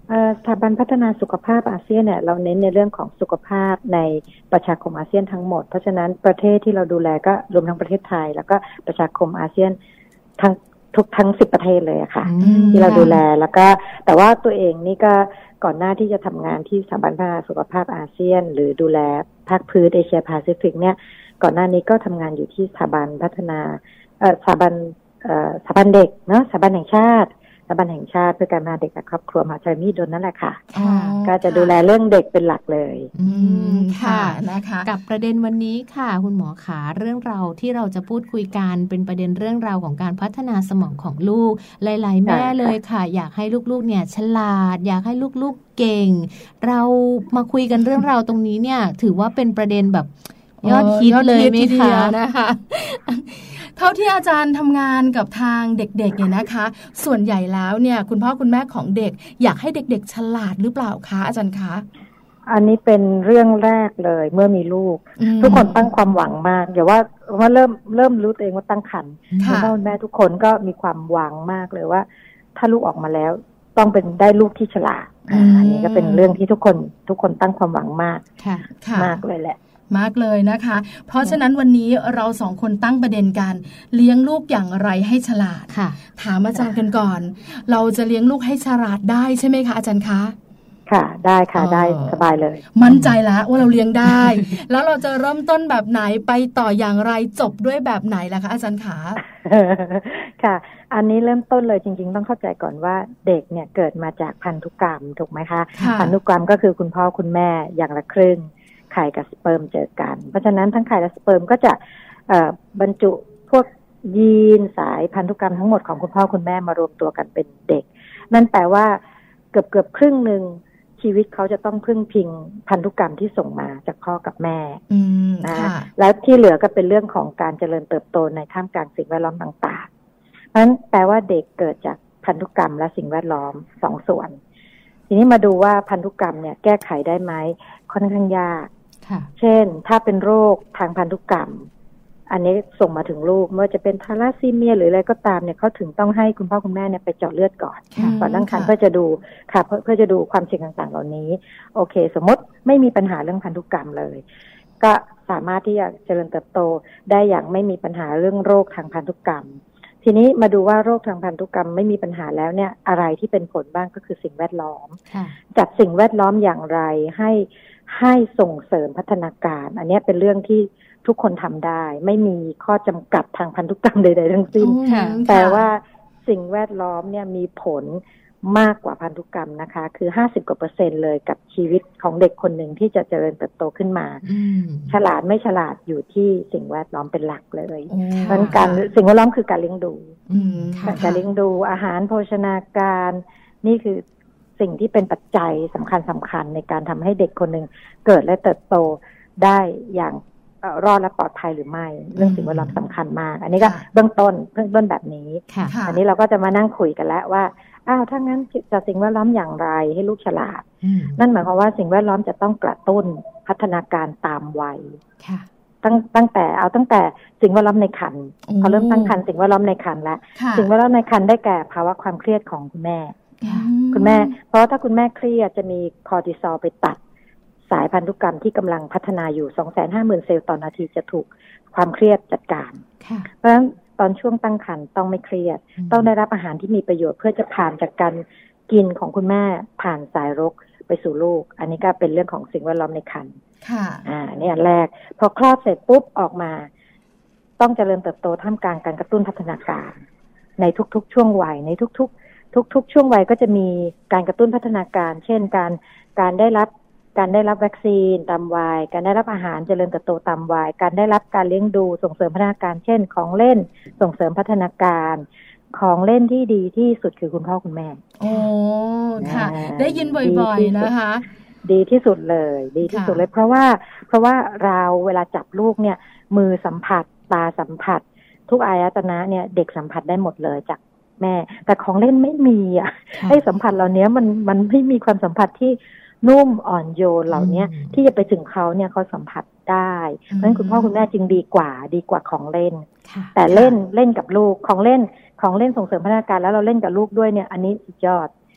สถาบันพัฒนาสุขภาพอาเซียนเนี่ยเราเน้นในเรื่องของสุขภาพในประชาคมอาเซียนทั้งหมดเพราะฉะนั้นประเทศที่เราดูแลก็รวมทั้งประเทศไทยแล้วก็ประชาคมอาเซียนทั้งทุกทั้งสิบประเทศเลยค่ะที่เราดูแลแล้วก็แต่ว่าตัวเองนี่ก็ก่อนหน้าที่จะทำงานที่สถาบันพัฒนาสุขภาพอาเซียนหรือดูแลภาคพื้นเอเชียแปซิฟิกเนี่ยก่อนหน้านี้ก็ทำงานอยู่ที่สถาบันพัฒนาเอ่อสถาบันเอ่อสถาบันเด็กเนาะสถาบันแห่งชาติสถาบันแห่งชาติเพื่อการพัฒนาเด็กและครอบครัวมหาวิทยาลัยมหิดลนั่นแหละค่ะก็จะดูแลเรื่องเด็กเป็นหลักเลยอืมค่ะนะคะกับประเด็นวันนี้ค่ะคุณหมอขาเรื่องเราที่เราจะพูดคุยกันเป็นประเด็นเรื่องราวของการพัฒนาสมองของลูกหลายๆแม่เลยค่ะอยากให้ลูกๆเนี่ยฉลาดอยากให้ลูกๆเก่งเรามาคุยกันเรื่องราวตรงนี้เนี่ยถือว่าเป็นประเด็นแบบยอดฮิตเลยไหมคะนะคะเท่าที่อาจารย์ทำงานกับทางเด็กๆเนี่ยนะคะส่วนใหญ่แล้วเนี่ยคุณพ่อคุณแม่ของเด็กอยากให้เด็กๆฉลาดหรือเปล่าคะอาจารย์คะอันนี้เป็นเรื่องแรกเลยเมื่อมีลูกทุกคนตั้งความหวังมากอย่าว่าว่าเริ่มเริ่มรู้ตัวเองว่าตั้งครรภ์คุณพ่อคุณแม่ทุกคนก็มีความหวังมากเลยว่าถ้าลูกออกมาแล้วต้องเป็นได้ลูกที่ฉลาดอันนี้ก็เป็นเรื่องที่ทุกคนทุกคนตั้งความหวังมากมากเลยแหละมากเลยนะคะเพราะฉะนั้นวันนี้เราสองคนตั้งประเด็นกันเลี้ยงลูกอย่างไรให้ฉลาดถามอาจารย์กันก่อนเราจะเลี้ยงลูกให้ฉลาดได้ใช่ไหมคะอาจารย์คะค่ะได้ค่ะได้สบายเลยมั่นใจแล้วว่าเราเลี้ยงได้ แล้วเราจะเริ่มต้นแบบไหนไปต่ออย่างไรจบด้วยแบบไหนล่ะคะอาจารย์ขาค่ะอันนี้เริ่มต้นเลยจริงๆต้องเข้าใจก่อนว่าเด็กเนี่ยเกิดมาจากพันธุกรรมถูกไหมคะพันธุกรรมก็คือคุณพ่อคุณแม่อย่างละครึ่งไข่กับสเปิร์มเจอกันเพราะฉะนั้นทั้งไข่และสเปิร์มก็จะบรรจุพวกยีนสายพันธุกรรมทั้งหมดของคุณพ่อคุณแม่มารวมตัวกันเป็นเด็กนั่นแปลว่าเกือบเกือบครึ่งหนึ่งชีวิตเขาจะต้องพึ่งพิงพันธุกรรมที่ส่งมาจากพ่อกับแม่นะแล้วที่เหลือก็เป็นเรื่องของการเจริญเติบโตในท่ามกลางสิ่งแวดล้อมต่างๆเพราะฉะนั้นแปลว่าเด็กเกิดจากพันธุกรรมและสิ่งแวดล้อมสองส่วนทีนี้มาดูว่าพันธุกรรมเนี่ยแก้ไขได้ไหมค่อนข้างยากเช่นถ้าเป็นโรคทางพันธุกรรมอันนี้ส่งมาถึงลูกไม่ว่าจะเป็นทาลัสซีเมียหรืออะไรก็ตามเนี่ยเขาถึงต้องให้คุณพ่อคุณแม่เนี่ยไปเจาะเลือดก่อนก่อนตั้งครรภ์เพื่อจะดูค่ะเพื่อจะดูความเสี่ยงต่างๆเหล่านี้โอเคสมมติไม่มีปัญหาเรื่องพันธุกรรมเลยก็สามารถที่จะเจริญเติบโตได้อย่างไม่มีปัญหาเรื่องโรคทางพันธุกรรมทีนี้มาดูว่าโรคทางพันธุกรรมไม่มีปัญหาแล้วเนี่ยอะไรที่เป็นผลบ้างก็คือสิ่งแวดล้อมจัดสิ่งแวดล้อมอย่างไรให้ให้ส่งเสริมพัฒนาการอันนี้เป็นเรื่องที่ทุกคนทำได้ไม่มีข้อจำกัดทางพันธุกรรมใดๆทั้งสิ้นแต่ว่าสิ่งแวดล้อมเนี่ยมีผลมากกว่าพันธุกรรมนะคะคือห้าสิบกว่าเปอร์เซ็นต์เลยกับชีวิตของเด็กคนหนึ่งที่จะเจริญเติบโตขึ้นมาฉลาดไม่ฉลาดอยู่ที่สิ่งแวดล้อมเป็นหลักเลยเพราะฉะนั้นการสิ่งแวดล้อมคือการเลี้ยงดูการเลี้ยงดูอาหารโภชนาการนี่คือสิ่งที่เป็นปัจจัยสำคัญสำคัญในการทำให้เด็กคนหนึ่งเกิดและเติบโตได้อย่างรอดและปลอดภัยหรือไม่เรื่องสิ่งแวดล้อมสำคัญมากอันนี้ก็เบื้องต้นเบื้องต้นแบบนี้อันนี้เราก็จะมานั่งคุยกันแล้วว่าอ้าวถ้างั้นจะสิ่งแวดล้อมอย่างไรให้ลูกฉลาดนั่นหมายความว่าสิ่งแวดล้อมจะต้องกระตุ้นพัฒนาการตามวัยตั้งตั้งแต่เอาตั้งแต่สิ่งแวดล้อมในครรภ์พอเริ่มตั้งครรภ์สิ่งแวดล้อมในครรภ์แล้วสิ่งแวดล้อมในครรภ์ได้แก่ภาวะความเครียดของคุณแม่คุณแม่เพราะถ้าคุณแม่เครียดจะมีคอร์ติซอลไปตัดสายพันธุกรรมที่กำลังพัฒนาอยู่ สองแสนห้าหมื่น เซลล์ต่อนาทีจะถูกความเครียดจัดการเพราะฉะนั้นตอนช่วงตั้งครรภ์ต้องไม่เครียดต้องได้รับอาหารที่มีประโยชน์เพื่อจะผ่านจากการกินของคุณแม่ผ่านสายรกไปสู่ลูกอันนี้ก็เป็นเรื่องของสิ่งแวดล้อมในครรภ์ค่ะอ่านี่อันแรกพอคลอดเสร็จปุ๊บออกมาต้องเจริญเติบโตท่ามกลางการกระตุ้นพัฒนาการในทุกๆช่วงวัยในทุกๆทุกๆช่วงวัยก็จะมีการกระตุ้นพัฒนาการเช่นการการได้รับการได้รับวัคซีนตามวัยการได้รับอาหารเจริญเติบโตตามวัยการได้รับการเลี้ยงดูส่งเสริมพัฒนาการเช่นของเล่นส่งเสริมพัฒนาการของเล่นที่ดีที่สุดคือคุณพ่อคุณแม่โอ้ค่ะได้ยินบ่อยๆนะคะดีที่สุดเลยดีที่สุดเลยเพราะว่าเพราะว่าเราเวลาจับลูกเนี่ยมือสัมผัสตาสัมผัสทุกอายตนะเนี่ยเด็กสัมผัสได้หมดเลยจากแม่แต่ของเล่นไม่มีอ่ะให้สัมผัสเหล่านี้มันมันไม่มีความสัมผัสที่นุ่มอ่อนโยนเหล่านี้ที่จะไปถึงเขาเนี่ยเขาสัมผัสได้เพราะฉะนั้นคุณพ่อคุณแม่จึงดีกว่าดีกว่าของเล่นแต่เล่นเล่นกับลูกของเล่นของเล่นส่งเสริมพัฒนาการแล้วเราเล่นกับลูกด้วยเนี่ยอันนี้สุดยอด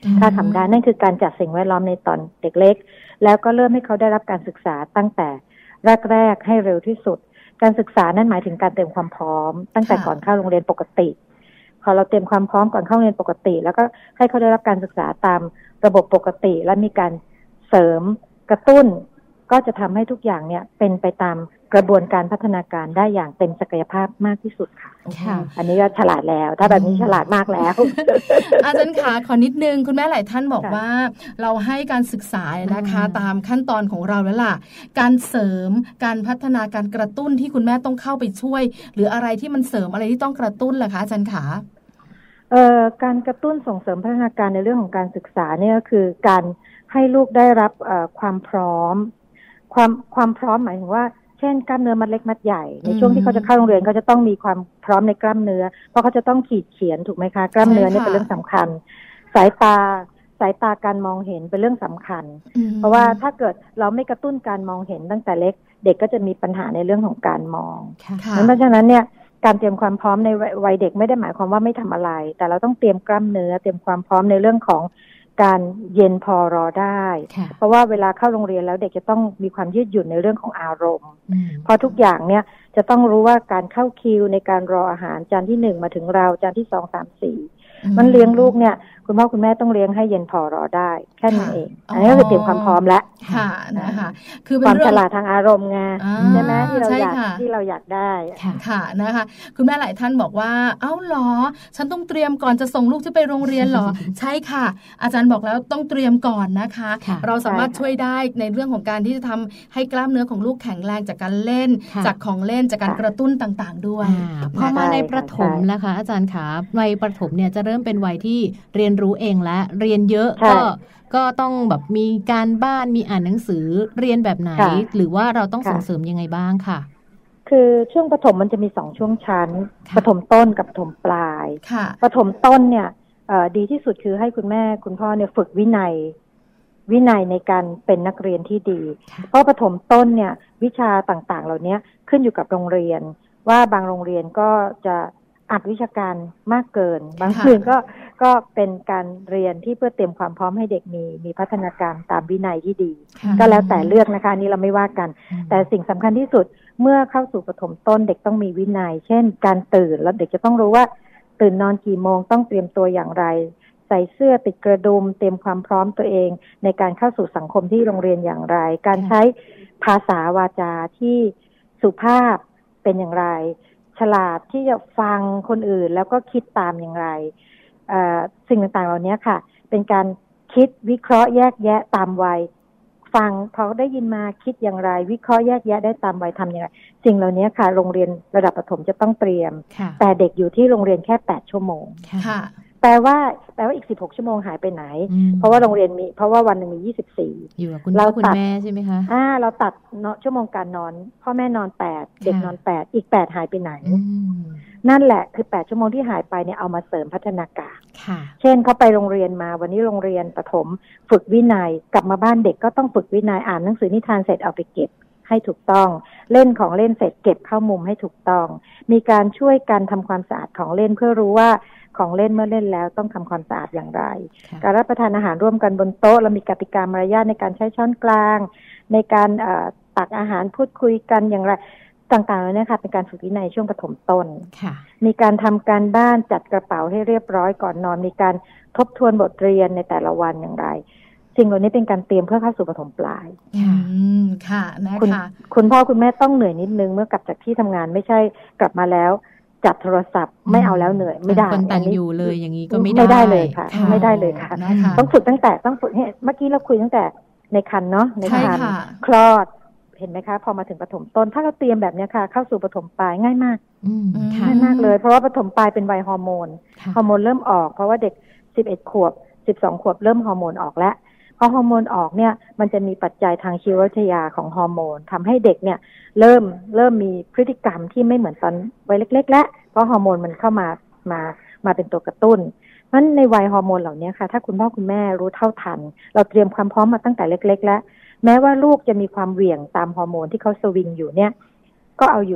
ถ้าทำได้นั่นคือการจัดสิ่งแวดล้อมในตอนเด็กเล็กแล้วก็เริ่มให้เขาได้รับการศึกษาตั้งแต่แรกๆให้เร็วที่สุดการศึกษานั่นหมายถึงการเตรียมความพร้อมตั้งแต่ก่อนเข้าโรงเรียนปกติพอเราเตรียมความพร้อมก่อนเข้าโรงเรียนปกติแล้วก็ให้เขาได้รับการศึกษาตามระบบปกติและมีการเสริมกระตุ้นก็จะทำให้ทุกอย่างเนี่ยเป็นไปตามกระบวนการพัฒนาการได้อย่างเต็มศักยภาพมากที่สุดค่ะอันนี้ก็ฉลาดแล้วถ้าแบบนี้ฉลาดมากแล้วอาจารย์ขาขอนิดนึงคุณแม่หลายท่านบอกว่าเราให้การศึกษานะคะตามขั้นตอนของเราแล้วล่ะการเสริมการพัฒนาการกระตุ้นที่คุณแม่ต้องเข้าไปช่วยหรืออะไรที่มันเสริมอะไรที่ต้องกระตุ้นล่ะคะอาจารย์ขาเอ่อการกระตุ้นส่งเสริมพัฒนาการในเรื่องของการศึกษาเนี่ยก็คือการให้ลูกได้รับเอ่อความพร้อมความความพร้อมหมายถึงว่าเช่นกล้ามเนื้อมัดเล็กมัดใหญ่ในช่วงที่เขาจะเข้าโรงเรียนเขาจะต้องมีความพร้อมในกล้ามเนื้อเพราะเขาจะต้องขีดเขียนถูกไหมคะกล้ามเนื้อนี่เป็นเรื่องสำคัญสายตาสายตาการมองเห็นเป็นเรื่องสำคัญเพราะว่าถ้าเกิดเราไม่กระตุ้นการมองเห็นตั้งแต่เล็กเด็กก็จะมีปัญหาในเรื่องของการมองเพราะฉะนั้นเนี่ยการเตรียมความพร้อมในวัยเด็กไม่ได้หมายความว่าไม่ทำอะไรแต่เราต้องเตรียมกล้ามเนื้อเตรียมความพร้อมในเรื่องของการเย็นพอรอได้เพราะว่าเวลาเข้าโรงเรียนแล้วเด็กจะต้องมีความยืดหยุ่นในเรื่องของอารมณ์เพราะทุกอย่างเนี่ยจะต้องรู้ว่าการเข้าคิวในการรออาหารจานที่หนึ่งมาถึงเราจานที่สองสามสี่มันเลี้ยงลูกเนี่ยคุณพ่อคุณแม่ต้องเลี้ยงให้เย็นพอรอได้แค่นี้เองอันนี้ก็คือเตรียมความพร้อมแล้วค่ะนะคะคือความฉลาดทางอารมณ์ไงใช่ไหมที่เราอยากที่เราอยากได้ค่ะนะคะคุณแม่หลายท่านบอกว่าเอ้าหรอฉันต้องเตรียมก่อนจะส่งลูกจะไปโรงเรียนหรอ ใช่ค่ะอาจารย์บอกแล้วต้องเตรียมก่อนนะคะเราสามารถช่วยได้ในเรื่องของการที่จะทำให้กล้ามเนื้อของลูกแข็งแรงจากการเล่นจากของเล่นจากการกระตุ้นต่างๆด้วยพอมาในประถมนะคะอาจารย์คะวัยประถมเนี่ยจะเริ่มเป็นวัยที่เรียนรู้เองและเรียนเยอะก็ก็ต้องแบบมีการบ้านมีอ่านหนังสือเรียนแบบไหนหรือว่าเราต้องส่งเสริมยังไงบ้างค่ะคือช่วงประถมมันจะมีสองช่วงชั้นประถมต้นกับประถมปลายประถมต้นเนี่ยดีที่สุดคือให้คุณแม่คุณพ่อเนี่ยฝึกวินัยวินัยในการเป็นนักเรียนที่ดีเพราะประถมต้นเนี่ยวิชาต่างๆเหล่านี้ขึ้นอยู่กับโรงเรียนว่าบางโรงเรียนก็จะอัดวิชาการมากเกินบางคืนก็ก็เป็นการเรียนที่เพื่อเตรียมความพร้อมให้เด็กมีมีพัฒนาการตามวินัยที่ดีก็แล้วแต่เลือกนะคะนี่เราไม่ว่ากันแต่สิ่งสำคัญที่สุดเมื่อเข้าสู่ประถมต้นเด็กต้องมีวินัยเช่นการตื่นแล้วเด็กจะต้องรู้ว่าตื่นนอนกี่โมงต้องเตรียมตัวอย่างไรใส่เสื้อติดกระดุมเตรียมความพร้อมตัวเองในการเข้าสู่สังคมที่โรงเรียนอย่างไรการใช้ภาษาวาจาที่สุภาพเป็นอย่างไรฉลาดที่จะฟังคนอื่นแล้วก็คิดตามอย่างไรสิ่งต่างๆเหล่านี้ค่ะเป็นการคิดวิเคราะห์แยกแยะตามวัยฟังเขาได้ยินมาคิดอย่างไรวิเคราะห์แยกแยะได้ตามวัยทำอย่างไรสิ่งเหล่านี้ค่ะโรงเรียนระดับประถมจะต้องเตรียมแต่เด็กอยู่ที่โรงเรียนแค่แปดชั่วโมงแปลว่าแปลว่าอีกสิบหกชั่วโมงหายไปไหนเพราะว่าโรงเรียนมีเพราะว่าวันนึงมียี่สิบสี่อยู่กับคุณพ่อคุณแม่ใช่ไหมคะอ่าเราตัดเนาะชั่วโมงการนอนพ่อแม่นอนแปดเด็กนอนแปดอีกแปดหายไปไหนนั่นแหละคือแปดชั่วโมงที่หายไปเนี่ยเอามาเสริมพัฒนาการเช่นเขาไปโรงเรียนมาวันนี้โรงเรียนประถมฝึกวินัยกลับมาบ้านเด็กก็ต้องฝึกวินัยอ่านหนังสือนิทานเสร็จเอาไปเก็บให้ถูกต้องเล่นของเล่นเสร็จเก็บเข้ามุมให้ถูกต้องมีการช่วยกันทำความสะอาดของเล่นเพื่อรู้ว่าของเล่นเมื่อเล่นแล้วต้องทำความสะอาดอย่างไรการรับประทานอาหารร่วมกันบนโต๊ะเรามีกติกามารยาทในการใช้ช้อนกลางในการตักอาหารพูดคุยกันอย่างไรต่างๆเลยนะคะเป็นการฝึกวินัยช่วงปฐมต้นมีการทำการบ้านจัดกระเป๋าให้เรียบร้อยก่อนนอนมีการทบทวนบทเรียนในแต่ละวันอย่างไรสิ่งเหล่านี้เป็นการเตรียมเพื่อเข้าสู่ปฐมปลายค่ะนะคะคุณคุณพ่อคุณแม่ต้องเหนื่อยนิดนึงเมื่อกลับจากที่ทำงานไม่ใช่กลับมาแล้วจับโทรศัพท์ไม่เอาแล้วเหนื่อยไม่ได้คนต่างอยู่เลยอย่างนี้ก็ไม่ได้ไม่ได้เลยค่ะไม่ได้เลยค่ะต้องฝึกตั้งแต่ต้องฝึกเมื่อกี้เราคุยตั้งแต่ในครรภ์เนาะในครรภ์คลอดเห็นไหมคะพอมาถึงปฐมต้นถ้าเราเตรียมแบบนี้ค่ะเข้าสู่ปฐมปลายง่ายมากง่ายมากเลยเพราะว่าปฐมปลายเป็นวัยฮอร์โมนฮอร์โมนเริ่มออกเพราะว่าเด็กสิบเอ็ดขวบสิบสองขวบเริ่มฮอร์โมนออกแล้วพอฮอร์โมนออกเนี่ยมันจะมีปัจจัยทางชีววิทยาของฮอร์โมนทำให้เด็กเนี่ยเริ่มเริ่มมีพฤติกรรมที่ไม่เหมือนตอนวัยเล็กๆแล้วเพราะฮอร์โมนมันเข้ามามามาเป็นตัวกระตุ้นเพราะในวัยฮอร์โมนเหล่านี้ค่ะถ้าคุณพ่อคุณแม่รู้เท่าทันเราเตรียมความพร้อมมาตั้งแต่เล็กๆแล้วแม้ว่าลูกจะมีความเหวี่ยงตามฮอร์โมนที่เขาสวิงอยู่เนี่ยก็เอาอยู่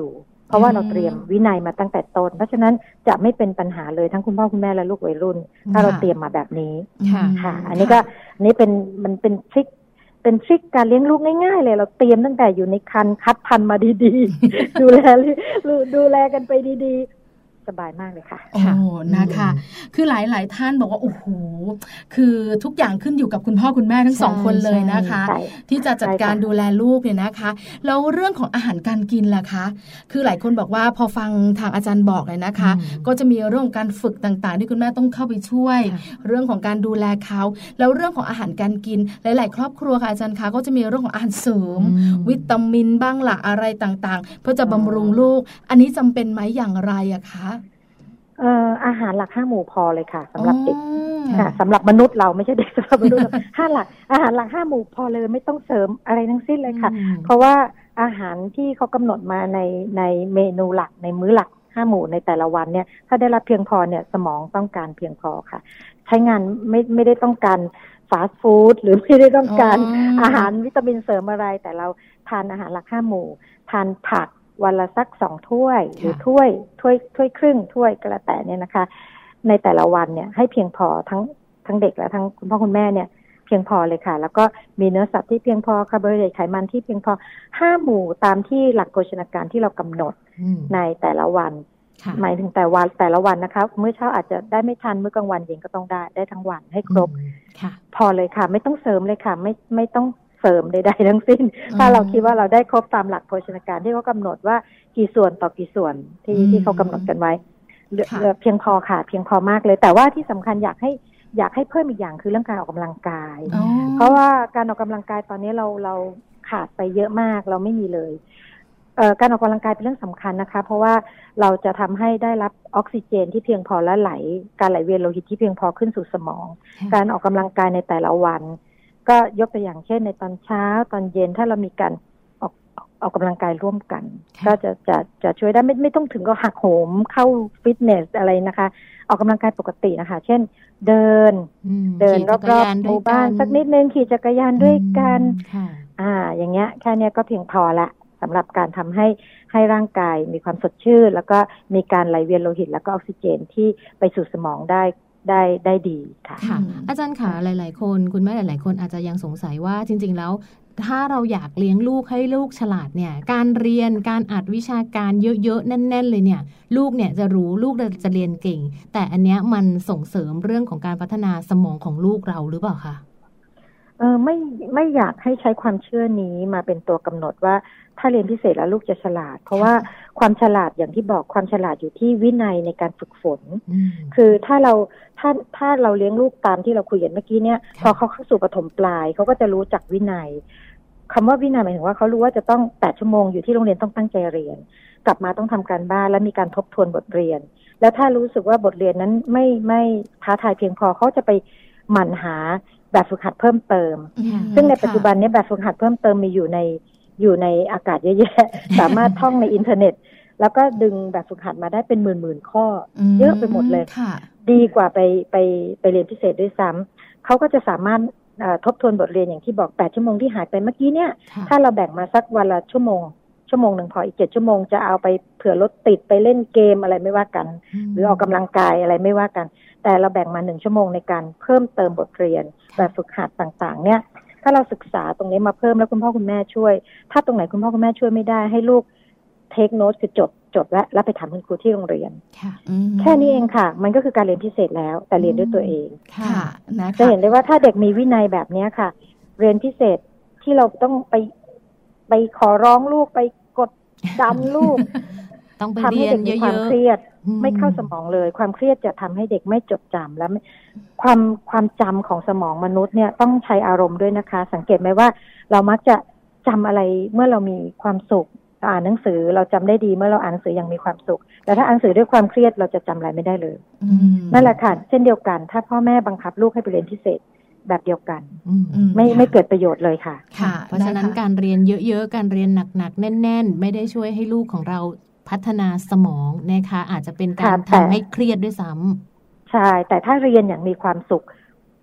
เพราะว่าเราเตรียมวินัยมาตั้งแต่ต้นเพราะฉะนั้นจะไม่เป็นปัญหาเลยทั้งคุณพ่อคุณแม่และลูกวัยรุ่นถ้าเราเตรียมมาแบบนี้ค่ะอันนี้ก็อันนี้เป็นมันเป็นทริคเป็นทริคการเลี้ยงลูกง่ายๆเลยเราเตรียมตั้งแต่อยู่ในครรภ์คัดพันธุ์มาดีๆ ดูแลดูแลกันไปดีๆสบายมากเลยค่ะโอ้นะคะคือหลายๆท่านบอกว่าโอ้โหคือทุกอย่างขึ้นอยู่กับคุณพ่อคุณแม่ทั้งสองคนเลยนะคะที่จะจัดการดูแลลูกเนี่ยนะคะแล้วเรื่องของอาหารการกินล่ะคะคือหลายคนบอกว่าพอฟังทางอาจารย์บอกเลยนะคะก็จะมีเรื่องของการฝึกต่างๆที่คุณแม่ต้องเข้าไปช่วยเรื่องของการดูแลเขาแล้วเรื่องของอาหารการกินหลายๆครอบครัวค่ะอาจารย์คะก็จะมีเรื่องของอาหารเสริมวิตามินบ้างหลักอะไรต่างๆเพื่อจะบำรุงลูกอันนี้จำเป็นไหมอย่างไรอะคะเอ่ออาหารหลักห้าหมู่พอเลยค่ะสำหรับเด็กค่ะสำหรับมนุษย์เราไม่ใช่เด็กสำหรับมนุษย์ห้าหลักอาหารหลักห้าหมู่พอเลยไม่ต้องเสริมอะไรทั้งสิ้นเลยค่ะเพราะว่าอาหารที่เขากำหนดมาในในเมนูหลักในมื้อหลักห้าหมู่ในแต่ละวันเนี่ยถ้าได้รับเพียงพอเนี่ยสมองต้องการเพียงพอค่ะใช้งานไม่ไม่ได้ต้องการฟาสต์ฟู้ดหรือไม่ได้ต้องการอาหารวิตามินเสริมอะไรแต่เราทานอาหารหลักห้าหมู่ทานผักวันละสักสองถ้วยหรือถ้วยถ้วยถ้วยครึ่งถ้วยก็แล้วแต่เนี่ยนะคะในแต่ละวันเนี่ยให้เพียงพอทั้งทั้งเด็กและทั้งคุณพ่อคุณแม่เนี่ยเพียงพอเลยค่ะแล้วก็มีเนื้อสัตว์ที่เพียงพอคาร์โบไฮเดรตไขมันที่เพียงพอห้าหมู่ตามที่หลักโภชนาการที่เรากำหนดในแต่ละวันหมายถึงแต่วันแต่ละวันนะคะมื้อเช้าอาจจะได้ไม่ทันมื้อกลางวันเย็นก็ต้องได้ได้ทั้งวันให้ครบพอเลยค่ะไม่ต้องเสริมเลยค่ะไม่ไม่ต้องเสริมใดๆทั้งสิ้นถ้าเราคิดว่าเราได้ครบตามหลักโภชนาการที่เขากำหนดว่ากี่ส่วนต่อกี่ส่วนที่ที่เขากำหนดกันไว้เพียงพอค่ะเพียงพอมากเลยแต่ว่าที่สำคัญอยากให้อยากให้เพิ่มอีกอย่างคือเรื่องการออกกำลังกายเพราะว่าการออกกำลังกายตอนนี้เราเราขาดไปเยอะมากเราไม่มีเลยเอ่อการออกกำลังกายเป็นเรื่องสำคัญนะคะเพราะว่าเราจะทำให้ได้รับออกซิเจนที่เพียงพอและไหลการไหลเวียนโลหิตที่เพียงพอขึ้นสู่สมองการออกกำลังกายในแต่ละวันก็ยกตัวอย่างเช่นในตอนเช้าตอนเย็นถ้าเรามีการออกออกกำลังกายร่วมกันก็จะจะจะช่วยได้ไม่ไม่ต้องถึงก็หักโหมเข้าฟิตเนสอะไรนะคะออกกำลังกายปกตินะคะเช่นเดินเดินรอบๆหมู่บ้านสักนิดนึงขี่จักรยานด้วยกันอ่าอย่างเงี้ยแค่เนี้ยก็เพียงพอละสำหรับการทำให้ให้ร่างกายมีความสดชื่นแล้วก็มีการไหลเวียนโลหิตแล้วก็ออกซิเจนที่ไปสู่สมองได้ได้ได้ดีค่ะค่ะอาจารย์ค่ะหลายๆคนคุณแม่หลายๆคนอาจจะยังสงสัยว่าจริงๆแล้วถ้าเราอยากเลี้ยงลูกให้ลูกฉลาดเนี่ยการเรียนการอ่านวิชาการเยอะๆแน่นๆเลยเนี่ยลูกเนี่ยจะรู้ลูกจะเรียนเก่งแต่อันเนี้ยมันส่งเสริมเรื่องของการพัฒนาสมองของลูกเราหรือเปล่าคะเออไม่ไม่อยากให้ใช้ความเชื่อนี้มาเป็นตัวกำหนดว่าถ้าเรียนพิเศษแล้วลูกจะฉลาดเพราะว่าความฉลาดอย่างที่บอกความฉลาดอยู่ที่วินัยในการฝึกฝนคือถ้าเราถ้าถ้าเราเลี้ยงลูกตามที่เราคุยกันเมื่อกี้เนี่ยพอเขาเข้าสู่ปฐมปลายเขาก็จะรู้จักวินัยคำว่าวินัยหมายถึงว่าเขารู้ว่าจะต้องแปดชั่วโมงอยู่ที่โรงเรียนต้องตั้งใจเรียนกลับมาต้องทำการบ้านและมีการทบทวนบทเรียนแล้วถ้ารู้สึกว่าบทเรียนนั้นไม่ไม่ท้าทายเพียงพอเขาจะไปหมั่นหาแบบฝึกหัดเพิ่มเติมซึ่งในปัจจุบันนี้แบบฝึกหัดเพิ่มเติมมีอยู่ในอยู่ในอากาศเยอะแยะสามารถท่องในอินเทอร์เน็ตแล้วก็ดึงแบบฝึกหัดมาได้เป็นหมื่นๆข้อเยอะไปหมดเลยดีกว่าไปไปไปเรียนพิเศษด้วยซ้ำเขาก็จะสามารถทบทวนบทเรียนอย่างที่บอกแปดชั่วโมงที่หายไปเมื่อกี้เนี่ยถ้าเราแบ่งมาสักวันละชั่วโมงชั่วโมงหนึ่งพออีกเจ็ดชั่วโมงจะเอาไปเผื่อรถติดไปเล่นเกมอะไรไม่ว่ากันหรือออกกำลังกายอะไรไม่ว่ากันแต่เราแบ่งมาหนึ่งชั่วโมงในการเพิ่มเติมบทเรียนแบบฝึกหัดต่างๆเนี่ยถ้าเราศึกษาตรงนี้มาเพิ่มแล้วคุณพ่อคุณแม่ช่วยถ้าตรงไหนคุณพ่อคุณแม่ช่วยไม่ได้ให้ลูกเทคโน้ตคือจดจดแล้วแล้วไปถามคุณครูที่โรงเรียนแค่นี้เองค่ะมันก็คือการเรียนพิเศษแล้วแต่เรียนด้วยตัวเองจะเห็นได้ว่าถ้าเด็กมีวินัยแบบนี้ค่ะเรียนพิเศษที่เราต้องไปไปขอร้องลูกไปกดดันลูกต้องไปเรียนเยอะๆความเครียดไม่เข้าสมองเลยความเครียดจะทำให้เด็กไม่จดจำแล้วความความจำของสมองมนุษย์เนี่ยต้องใช้อารมณ์ด้วยนะคะสังเกตไหมว่าเรามักจะจำอะไรเมื่อเรามีความสุขอ่านหนังสือเราจำได้ดีเมื่อเราอ่านหนังสืออย่างมีความสุขแต่ถ้าอ่านหนังสือด้วยความเครียดเราจะจำอะไรไม่ได้เลยนั่นแหละค่ะเช่นเดียวกันถ้าพ่อแม่บังคับลูกให้ไปเรียนพิเศษแบบเดียวกันไม่ไม่เกิดประโยชน์เลยค่ะค่ะเพราะฉะนั้นการเรียนเยอะๆการเรียนหนักๆแน่นๆไม่ได้ช่วยให้ลูกของเราพัฒนาสมองนะคะอาจจะเป็นการทำให้เครียดด้วยซ้ำใช่แต่ถ้าเรียนอย่างมีความสุข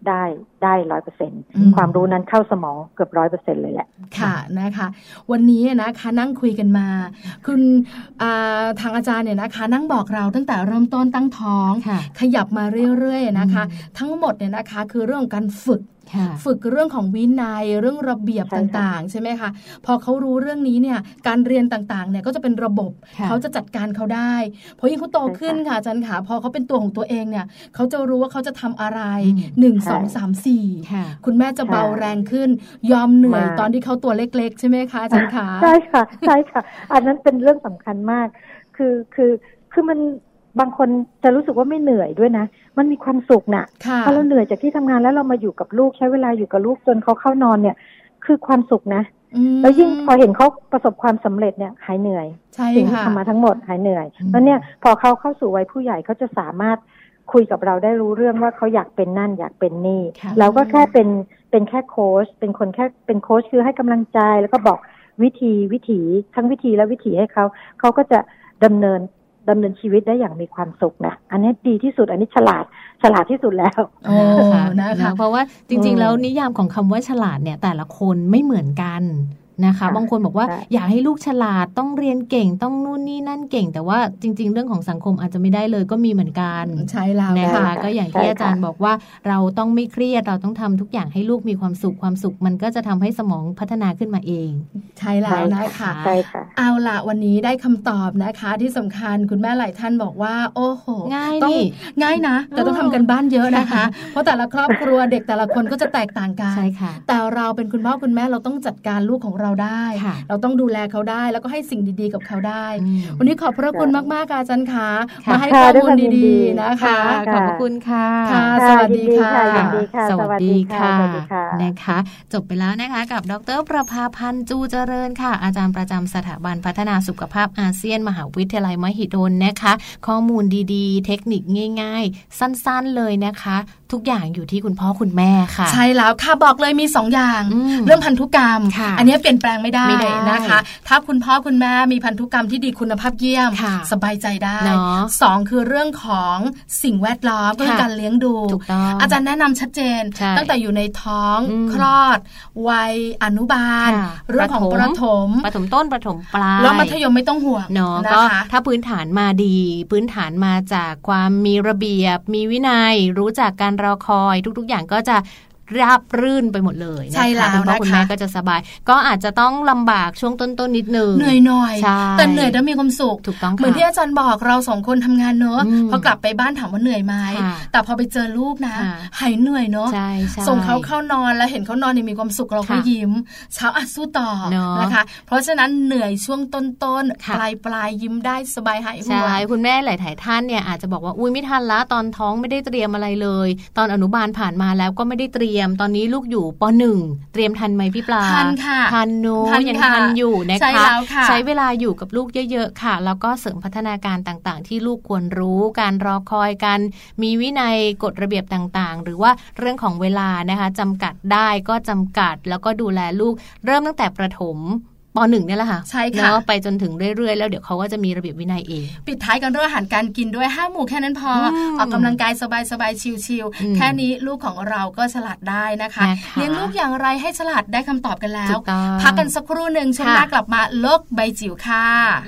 ได้ได้ร้อยเปอร์เซ็นต์ความรู้นั้นเข้าสมองเกือบร้อยเปอร์เซ็นต์เลยแหละค่ะนะคะวันนี้นะคะนั่งคุยกันมาคุณทางอาจารย์เนี่ยนะคะนั่งบอกเราตั้งแต่เริ่มต้นตั้งท้องขยับมาเรื่อยๆนะคะทั้งหมดเนี่ยนะคะคือเรื่องของการฝึกฝึกเรื่องของวินัยเรื่องระเบียบต่างๆใช่ไหมคะพอเขารู้เรื่องนี้เนี่ยการเรียนต่างๆเนี่ยก็จะเป็นระบบเขาจะจัดการเขาได้เพราะยิ่งเขาโตขึ้นค่ะอาจารย์ขาพอเขาเป็นตัวของตัวเองเนี่ยเขาจะรู้ว่าเขาจะทำอะไรหนึ่งสองสามสี่คุณแม่จะเบาแรงขึ้นยอมเหนื่อยตอนที่เขาตัวเล็กๆใช่ไหมคะอาจารย์ขาใช่ค่ะใช่ค่ะอันนั้นเป็นเรื่องสำคัญมากคือคือคือมันบางคนจะรู้สึกว่าไม่เหนื่อยด้วยนะมันมีความสุขน่ะพอเราเหนื่อยจากที่ทำงานแล้วเรามาอยู่กับลูกใช้เวลาอยู่กับลูกจนเขาเข้านอนเนี่ยคือความสุขนะแล้วยิ่งพอเห็นเขาประสบความสำเร็จเนี่ยหายเหนื่อยสิ่งที่ทำมาทั้งหมดหายเหนื่อยแล้วเนี่ยพอเขาเข้าสู่วัยผู้ใหญ่เขาจะสามารถคุยกับเราได้รู้เรื่องว่าเขาอยากเป็นนั่นอยากเป็นนี่เราก็แค่เป็นเป็นแค่โค้ชเป็นคนแค่เป็นโค้ชคือให้กำลังใจแล้วก็บอกวิธีวิถีทั้งวิธีและวิถีให้เขาเขาก็จะดำเนินดำเนินชีวิตได้อย่างมีความสุขนะอันนี้ดีที่สุดอันนี้ฉลาดฉลาดที่สุดแล้วโอ้นะคะเพราะว่าจริงๆแล้วนิยามของคำว่าฉลาดเนี่ยแต่ละคนไม่เหมือนกันนะคะบางคนบอกว่าอยากให้ลูกฉลาดต้องเรียนเก่งต้องนู่นนี่นั่นเก่งแต่ว่าจริงๆเรื่องของสังคมอาจจะไม่ได้เลยก็มีเหมือนกันใช่แล้วนะคะก็อย่างที่อาจารย์บอกว่าเราต้องไม่เครียดเราต้องทำทุกอย่างให้ลูกมีความสุขความสุขมันก็จะทำให้สมองพัฒนาขึ้นมาเองใช่แล้วนะคะใช่ค่ะเอาล่ะวันนี้ได้คำตอบนะคะที่สำคัญคุณแม่หลายท่านบอกว่าโอ้โหง่ายนี่ง่ายนะแต่ต้องทำกันบ้านเยอะนะคะเพราะแต่ละครอบครัวเด็กแต่ละคนก็จะแตกต่างกันแต่เราเป็นคุณพ่อคุณแม่เราต้องจัดการลูกของเราได้เราต้องดูแลเขาได้แล้วก็ให้สิ่งดีๆกับเขาได้วันนี้ขอบพระคุณมากๆอาจารย์คะมาให้ข้อมูลดีๆนะคะขอบคุณค่ะสวัสดีค่ะสวัสดีค่ะนะคะจบไปแล้วนะคะกับดร.ประภาพันธ์จูเจริญค่ะอาจารย์ประจำสถาบันพัฒนาสุขภาพอาเซียนมหาวิทยาลัยมหิดลนะคะข้อมูลดีๆเทคนิคง่ายๆสั้นๆเลยนะคะทุกอย่างอยู่ที่คุณพ่อคุณแม่ค่ะใช่แล้วค่ะบอกเลยมีสองอย่างเรื่องพันธุกรรมอันนี้เปลี่ยนแปลงไม่ได้นะคะถ้าคุณพ่อคุณแม่มีพันธุกรรมที่ดีคุณภาพเยี่ยมสบายใจได้สองคือเรื่องของสิ่งแวดล้อมเรื่องการเลี้ยงดูอาจารย์แนะนำชัดเจนตั้งแต่อยู่ในท้องคลอดวัยอนุบาลเรื่องของประถมประถมต้นประถมปลายแล้วมัธยมไม่ต้องห่วงเนาะก็ถ้าพื้นฐานมาดีพื้นฐานมาจากความมีระเบียบมีวินัยรู้จักการรอคอยทุกๆอย่างก็จะราบรื่นไปหมดเลยใช่แล้วนะคะคุณแม่ก็จะสบายก็อาจจะต้องลำบากช่วงต้นๆนิดนึงเหนื่อยหน่อยแต่เหนื่อยแล้วมีความสุขถูกต้องเหมือนที่อาจารย์บอกเราสองคนทำงานเนอะพอกลับไปบ้านถามว่าเหนื่อยไหมแต่พอไปเจอลูกนะหายเหนื่อยเนอะส่งเขาเข้านอนแล้วเห็นเขานอนมีความสุขเราก็ยิ้มเช้าอัดสู้ต่อนะคะเพราะฉะนั้นเหนื่อยช่วงต้นๆปลายปลายยิ้มได้สบายหายห่วงใช่คุณแม่หลายๆท่านเนี่ยอาจจะบอกว่าอุ้ยไม่ทันละตอนท้องไม่ได้เตรียมอะไรเลยตอนอนุบาลผ่านมาแล้วก็ไม่ได้เตรียมตอนนี้ลูกอยู่ป.หนึ่ง เตรียมทันไหมพี่ปลาทันค่ะทันโน้ยังทันอยู่นะคะใช้เวลาอยู่กับลูกเยอะๆค่ะแล้วก็เสริมพัฒนาการต่างๆที่ลูกควรรู้การรอคอยกันมีวินัยกฎระเบียบต่างๆหรือว่าเรื่องของเวลานะคะจำกัดได้ก็จำกัดแล้วก็ดูแลลูกเริ่มตั้งแต่ประถมป.หนึ่ง เนี่ยแหละค่ะใช่ค่ะไปจนถึงเรื่อยๆแล้วเดี๋ยวเขาก็จะมีระเบียบวินัยเองปิดท้ายกันด้วยอาหารการกินด้วยห้าหมู่แค่นั้นพอออกกำลังกายสบายๆชิลๆแค่นี้ลูกของเราก็ฉลาดได้นะคะเลี้ยงลูกอย่างไรให้ฉลาดได้คำตอบกันแล้วพักกันสักครู่นึงช่วงหน้ากลับมาโลกใบจิ๋วค่ะ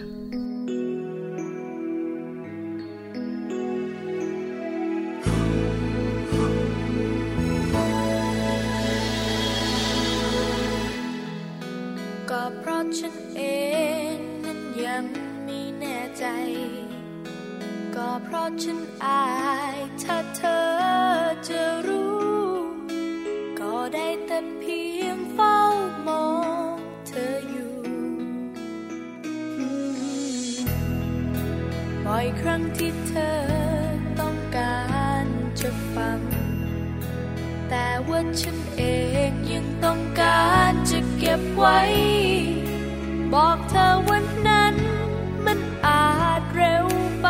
ก็เพราะฉันเองนั้นยังไม่แน่ใจก็เพราะฉันอายถ้าเธอจะรู้ก็ได้แต่เพียงเฝ้ามองเธออยู่บ่อยครั้งที่เธอต้องการจะฟังแต่ว่าฉันเองยังต้องการจะเก็บไว้บอกเธอวันนั้นมันอาจเร็วไป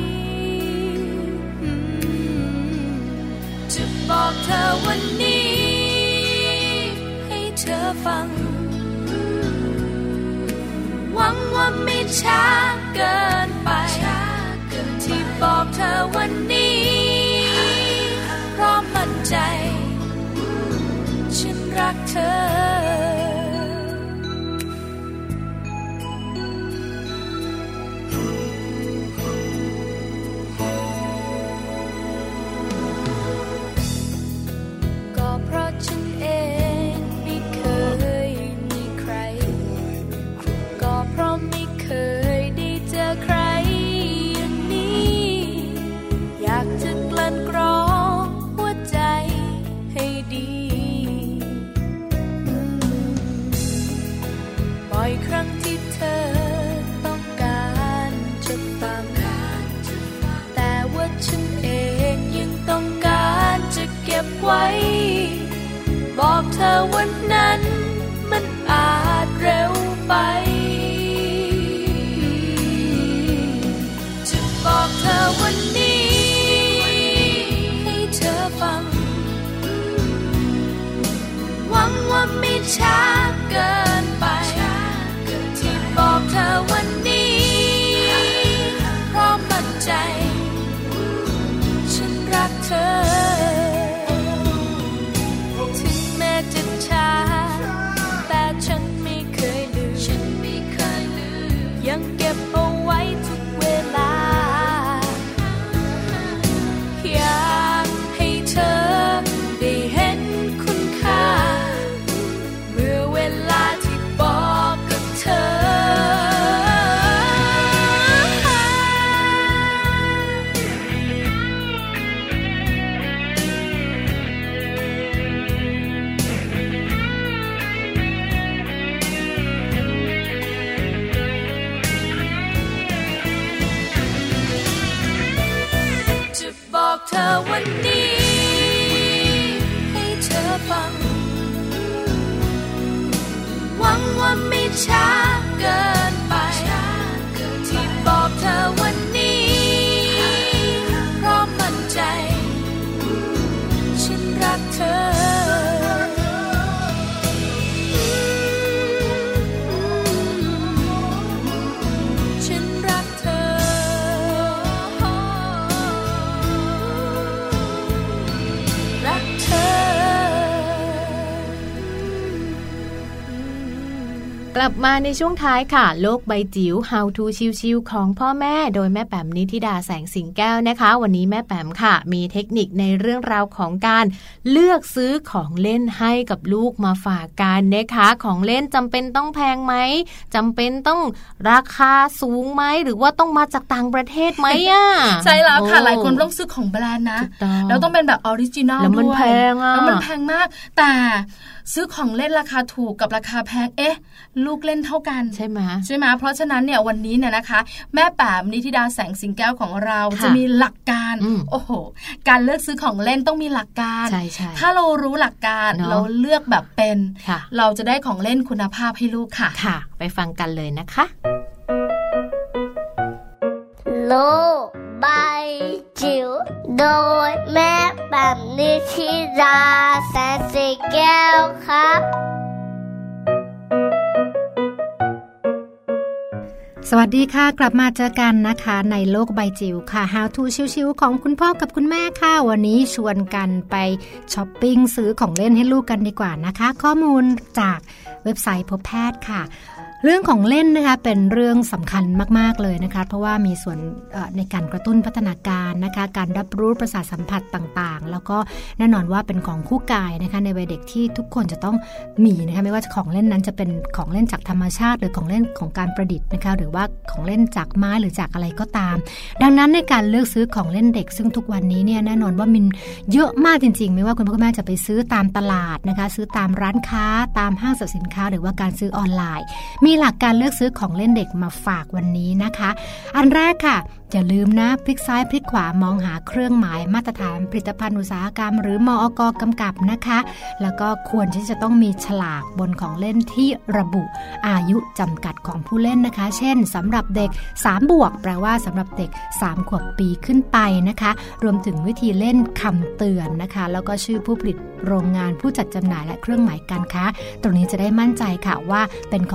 จะบอกเธอวันนี้ให้เธอฟังหวังว่าไม่ช้าเกินไปที่บอกเธอวันนี้เพราะมั่นใจอก็เพราะฉันเองไม่เคยมีใครก็เพราะไม่เคยได้เจอใครอย่างนี้อยากจะกลั่นกรองหัวใจให้ดีบ่อยครั้งที่เธอต้องการจะฟังแต่ว่าฉันเองยังต้องการจะเก็บไว้บอกเธอวันนั้นมันอาจเร็วไปจะบอกเธอวันนี้ให้เธอฟังหวังว่าไม่ช้าเกินไปที่บอกเธอวันนี้เพราะมั่นใจฉันรักเธอถึงแม้จะช้าแต่ฉันไม่เคยลืมฉันไม่เคยลืมยังเก็บเอาไว้ทุกเวลาอยากให้เธอได้เห็นคุณค่าเมื่อเวลาที่บอกกับเธอจะบอกเธอวันนี้ให้เธอฟังหวังว่าไม่ช้าเกินไปที่บอกเธอวันนี้เพราะมั่นใจฉันรักเธอฉันรักเธอรักเธอกลับมาในช่วงท้ายค่ะโลกใบจิ๋ว How to ชิวๆของพ่อแม่โดยแม่แป๋มนิธิดาแสงสิงแก้วนะคะวันนี้แม่แป๋มค่ะมีเทคนิคในเรื่องราวของการเลือกซื้อของเล่นให้กับลูกมาฝากกันนะคะของเล่นจำเป็นต้องแพงไหมจำเป็นต้องราคาสูงไหมหรือว่าต้องมาจากต่างประเทศไหมอ่ะใช่แล้วค่ะหลายคนต้องซื้อของแบรนด์นะแล้วต้องเป็นแบบออริจินอลด้วยแล้วมันแพงอ่ะแล้วมันแพงมากแต่ซื้อของเล่นราคาถูกกับราคาแพงเอ๊ะลูกเล่นเท่ากันใช่ไหมใช่ไหมเพราะฉะนั้นเนี่ยวันนี้เนี่ยนะคะแม่แป๋มนิธิดาแสงสิงแก้วของเราจะมีหลักการโอ้โหการเลือกซื้อของเล่นต้องมีหลักการถ้าเรารู้หลักการเราเลือกแบบเป็นเราจะได้ของเล่นคุณภาพให้ลูกค่ะค่ะไปฟังกันเลยนะคะโลกใบจิ๋วโดยแม่แป๋มนิธิดาแสงสิงแก้วครับสวัสดีค่ะกลับมาเจอกันนะคะในโลกใบจิ๋วค่ะ How to ชิวๆของคุณพ่อกับคุณแม่ค่ะวันนี้ชวนกันไปช้อปปิ้งซื้อของเล่นให้ลูกกันดีกว่านะคะข้อมูลจากเว็บไซต์พบแพทย์ค่ะเรื่องของเล่นนะคะเป็นเรื่องสำคัญมากๆเลยนะคะเพราะว่ามีส่วนในการกระตุ้นพัฒนาการนะคะการรับรู้ประสาทสัมผัสต่างๆแล้วก็แน่นอนว่าเป็นของคู่กายนะคะในวัยเด็กที่ทุกคนจะต้องมีนะคะไม่ว่าของเล่นนั้นจะเป็นของเล่นจากธรรมชาติหรือของเล่นของการประดิษฐ์นะคะหรือว่าของเล่นจากไม้หรือจากอะไรก็ตามดังนั้นในการเลือกซื้อของเล่นเด็กซึ่งทุกวันนี้เนี่ยแน่นอนว่ามันเยอะมากจริงๆไม่ว่าคุณพ่อคุณแม่จะไปซื้อตามตลาดนะคะซื้อตามร้านค้าตามห้างสรรพสินค้าหรือว่าการซื้อออนไลน์มีหลักการเลือกซื้อของเล่นเด็กมาฝากวันนี้นะคะอันแรกค่ะอย่าลืมนะพลิกซ้ายพลิกขวามองหาเครื่องหมายมาตรฐานผลิตภัณฑ์อุตสาหกรรมหรือมอก.กำกับนะคะแล้วก็ควรที่จะต้องมีฉลากบนของเล่นที่ระบุอายุจำกัดของผู้เล่นนะคะเช่นสำหรับเด็กสามบวกแปลว่าสำหรับเด็กสามขวบปีขึ้นไปนะคะรวมถึงวิธีเล่นคำเตือนนะคะแล้วก็ชื่อผู้ผลิตโรงงานผู้จัดจำหน่ายและเครื่องหมายการค้าตรงนี้จะได้มั่นใจค่ะว่าเป็นของเล่นที่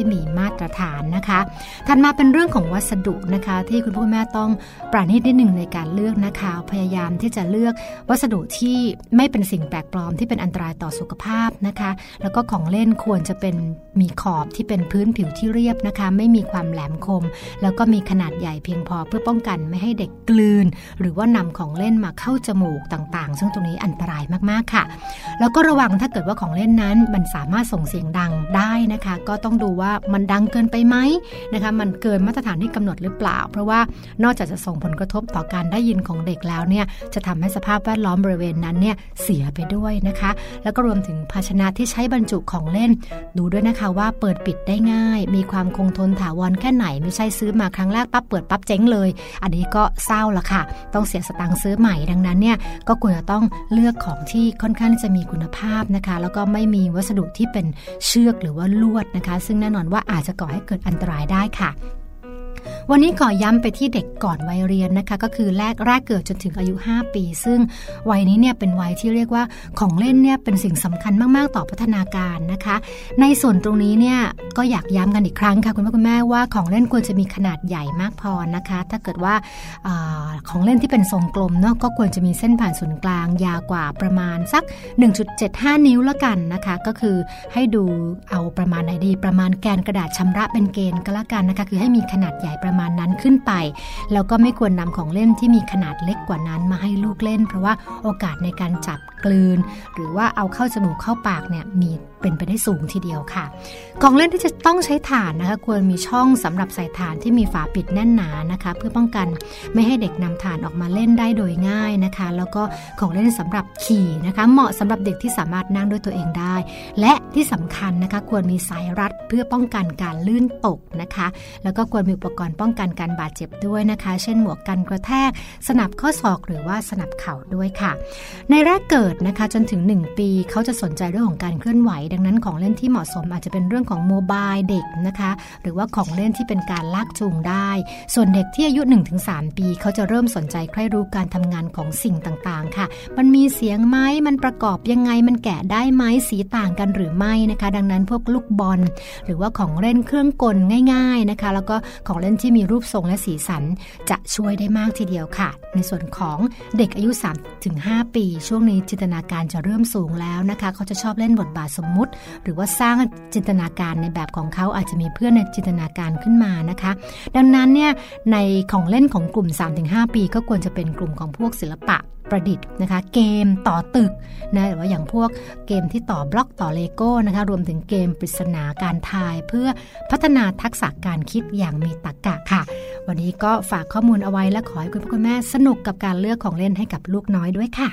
มีมาตรฐานนะคะถัดมาเป็นเรื่องของวัสดุนะคะที่คุณพ่อแม่ต้องปราณีตนิดนึงในการเลือกนะคะพยายามที่จะเลือกวัสดุที่ไม่เป็นสิ่งแปลกปลอมที่เป็นอันตรายต่อสุขภาพนะคะแล้วก็ของเล่นควรจะเป็นมีขอบที่เป็นพื้นผิวที่เรียบนะคะไม่มีความแหลมคมแล้วก็มีขนาดใหญ่เพียงพอเพื่อป้องกันไม่ให้เด็กกลืนหรือว่านำของเล่นมาเข้าจมูกต่างๆซึ่งตรงนี้อันตรายมากๆค่ะแล้วก็ระวังถ้าเกิดว่าของเล่นนั้นมันสามารถส่งเสียงดังได้นะคะก็ต้องดูว่ามันดังเกินไปไหมนะคะมันเกินมาตรฐานที่กำหนดหรือเปล่าเพราะว่านอกจากจะส่งผลกระทบต่อการได้ยินของเด็กแล้วเนี่ยจะทำให้สภาพแวดล้อมบริเวณนั้นเนี่ยเสียไปด้วยนะคะแล้วก็รวมถึงภาชนะที่ใช้บรรจุของเล่นดูด้วยนะคะว่าเปิดปิดได้ง่ายมีความคงทนถาวรแค่ไหนไม่ใช่ซื้อมาครั้งแรกปั๊บเปิดปั๊บเจ๊งเลยอันนี้ก็เศร้าละค่ะต้องเสียสตางค์ซื้อใหม่ดังนั้นเนี่ยก็ควรจะต้องเลือกของที่ค่อนข้างจะมีคุณภาพนะคะแล้วก็ไม่มีวัสดุที่เป็นเชือกหรือว่าลวดนะคะซึ่งแน่นอนว่าอาจจะก่อให้เกิดอันตรายได้ค่ะวันนี้ขอย้ำไปที่เด็กก่อนวัยเรียนนะคะก็คือแรกแรกเกิดจนถึงอายุห้าปีซึ่งวัยนี้เนี่ยเป็นวัยที่เรียกว่าของเล่นเนี่ยเป็นสิ่งสำคัญมากๆต่อพัฒนาการนะคะในส่วนตรงนี้เนี่ยก็อยากย้ำกันอีกครั้งค่ะคุณพ่อคุณแม่ว่าของเล่นควรจะมีขนาดใหญ่มากพอนะคะถ้าเกิดว่าอของเล่นที่เป็นทรงกลมเนาะก็ควรจะมีเส้นผ่านศูนย์กลางยาวกว่าประมาณสัก หนึ่งจุดเจ็ดห้า นิ้วละกันนะคะก็คือให้ดูเอาประมาณไหนดีประมาณแกนกระดาษชำระเป็นเกณฑ์ก็แล้วกันนะคะคือให้มีขนาดใหญ่ประมาณนั้นขึ้นไปแล้วก็ไม่ควรนำของเล่นที่มีขนาดเล็กกว่านั้นมาให้ลูกเล่นเพราะว่าโอกาสในการจับกลืนหรือว่าเอาเข้าจมูกเข้าปากเนี่ยมีเป็นไปได้สูงทีเดียวค่ะของเล่นที่จะต้องใช้ถ่านนะคะควรมีช่องสำหรับใส่ถ่านที่มีฝาปิดแน่นหนานะคะเพื่อป้องกันไม่ให้เด็กนำถ่านออกมาเล่นได้โดยง่ายนะคะแล้วก็ของเล่นสำหรับขี่นะคะเหมาะสำหรับเด็กที่สามารถนั่งด้วยตัวเองได้และที่สำคัญนะคะควรมีสายรัดเพื่อป้องกันการลื่นตกนะคะแล้วก็ควรมีอุปกรณ์ป้องกันการบาดเจ็บด้วยนะคะเช่นหมวกกันกระแทกสนับข้อศอกหรือว่าสนับเข่าด้วยค่ะในแรกเกิดนะคะจนถึงหนึ่งปีเขาจะสนใจเรื่องของการเคลื่อนไหวดังนั้นของเล่นที่เหมาะสมอาจจะเป็นเรื่องของโมบายเด็กนะคะหรือว่าของเล่นที่เป็นการลากจูงได้ส่วนเด็กที่อายุ หนึ่งถึงสาม ปีเขาจะเริ่มสนใจใคร่รู้การทำงานของสิ่งต่างๆค่ะมันมีเสียงไหมมันประกอบยังไงมันแกะได้ไหมสีต่างกันหรือไม่นะคะดังนั้นพวกลูกบอลหรือว่าของเล่นเครื่องกลง่ายๆนะคะแล้วก็ของเล่นที่มีรูปทรงและสีสันจะช่วยได้มากทีเดียวค่ะในส่วนของเด็กอายุ สามถึงห้า ปีช่วงนี้จินตนาการจะเริ่มสูงแล้วนะคะเขาจะชอบเล่นบทบาทสมมุติหรือว่าสร้างจินตนาการในแบบของเขาอาจจะมีเพื่อนในจินตนาการขึ้นมานะคะดังนั้นเนี่ยในของเล่นของกลุ่ม สามถึงห้า ปีก็ควรจะเป็นกลุ่มของพวกศิลปะประดิษฐ์นะคะเกมต่อตึกนะหรือว่าอย่างพวกเกมที่ต่อบล็อกต่อเลโก้นะคะรวมถึงเกมปริศนาการทายเพื่อพัฒนาทักษะการคิดอย่างมีตรรกะค่ะวันนี้ก็ฝากข้อมูลเอาไว้และขอให้คุณพ่อคุณแม่สนุกกับการเลือกของเล่นให้กับลูกน้อยด้วยค่ะ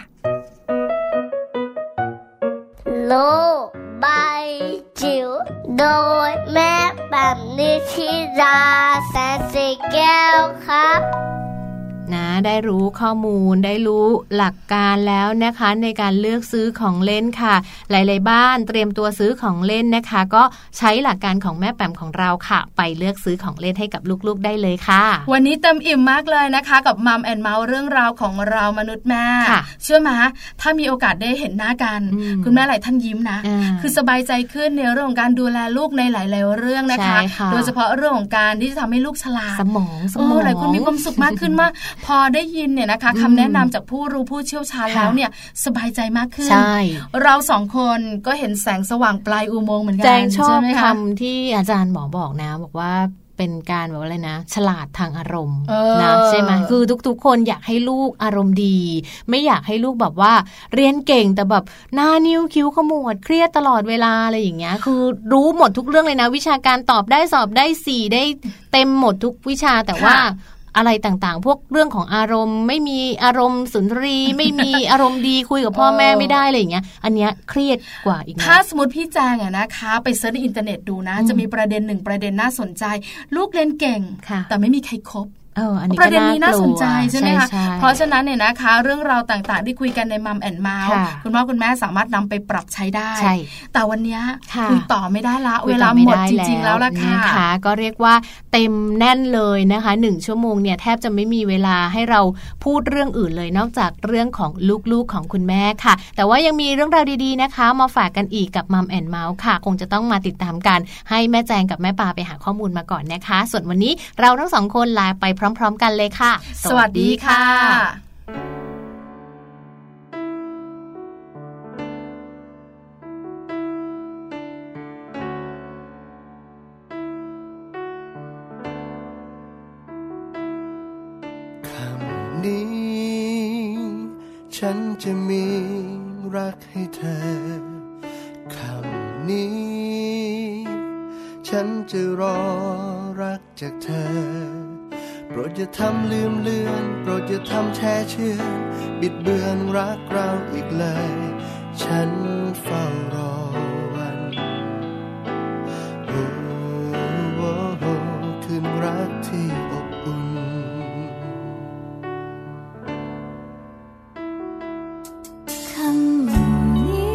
โลกใบจิ๋วโดยแม่แบบนิชิราแสนสีแก้วครับนะได้รู้ข้อมูลได้รู้หลักการแล้วนะคะในการเลือกซื้อของเล่นค่ะหลายๆบ้านเตรียมตัวซื้อของเล่นนะคะก็ใช้หลักการของแม่แปมของเราค่ะไปเลือกซื้อของเล่นให้กับลูกๆได้เลยค่ะวันนี้เต็มอิ่มมากเลยนะคะกับมัมแอนด์เมาส์เรื่องราวของเรามนุษย์แม่เชื่อไหมถ้ามีโอกาสได้เห็นหน้ากันคุณแม่หลายท่านยิ้มนะคือสบายใจขึ้นในเรื่องของการดูแลลูกในหลายๆเรื่องนะคะโดยเฉพาะเรื่องของการที่จะทำให้ลูกฉลาดสมองสมองหลายคนมีความสุขมากขึ้นมากพอได้ยินเนี่ยนะคะคำแนะนำจากผู้รู้ผู้เชี่ยวชาญแล้วเนี่ยสบายใจมากขึ้นเราสองคนก็เห็นแสงสว่างปลายอุโมงค์เหมือนกันแจงชอบคำที่อาจารย์หมอบอกนะบอกว่าเป็นการแบบอะไรนะฉลาดทางอารมณ์นะใช่ไหมคือทุกๆคนอยากให้ลูกอารมณ์ดีไม่อยากให้ลูกแบบว่าเรียนเก่งแต่แบบหน้านิ้วคิ้วขมวดเครียดตลอดเวลาอะไรอย่างเงี้ยคือรู้หมดทุกเรื่องเลยนะวิชาการตอบได้สอบได้สี่ได้เต็มหมดทุกวิชาแต่ว่าอะไรต่างๆพวกเรื่องของอารมณ์ไม่มีอารมณ์สุนทรีไม่มีอารมณ์ดีคุยกับพ่อแม่ไม่ได้อะไรอย่างเงี้ยอันเนี้ยเครียดกว่าอีกนะถ้าสมมติพี่แจงอะนะคะไปเสิร์ชในอินเทอร์เน็ตดูนะจะมีประเด็นหนึ่งประเด็นน่าสนใจลูกเรียนเก่งแต่ไม่มีใครคบเอออันนี้ประเด็นนี้น่าสนใจใช่ไหมคะใช่เพราะฉะนั้นเนี่ยนะคะเรื่องราวต่างๆที่คุยกันในมัมแอนด์เมาส์คุณพ่อคุณแม่สามารถนำไปปรับใช้ได้แต่วันนี้คุยต่อไม่ได้ละเวลาหมดจริงๆแล้วล่ะค่ะก็เรียกว่าเต็มแน่นเลยนะคะหนึ่งชั่วโมงเนี่ยแทบจะไม่มีเวลาให้เราพูดเรื่องอื่นเลยนอกจากเรื่องของลูกๆของคุณแม่ค่ะแต่ว่ายังมีเรื่องราวดีๆนะคะมาฝากกันอีกกับมัมแอนด์เมาส์ค่ะคงจะต้องมาติดตามกันให้แม่แจงกับแม่ปาไปหาข้อมูลมาก่อนนะคะส่วนวันนี้เราทั้งสองคนลาไปพร้อมๆกันเลยค่ะสวัสดีค่ะคำนี้ฉันจะมีรักให้เธอคำนี้ฉันจะรอรักจากเธอโปรดอย่าทำลืมเลือนโปรดอย่าทำแช่เชื่อบิดเบือนรักเราอีกเลยฉันเฝ้ารอวันโอ้โอ้โอ้คืนรักที่อบอุ่นคำนี้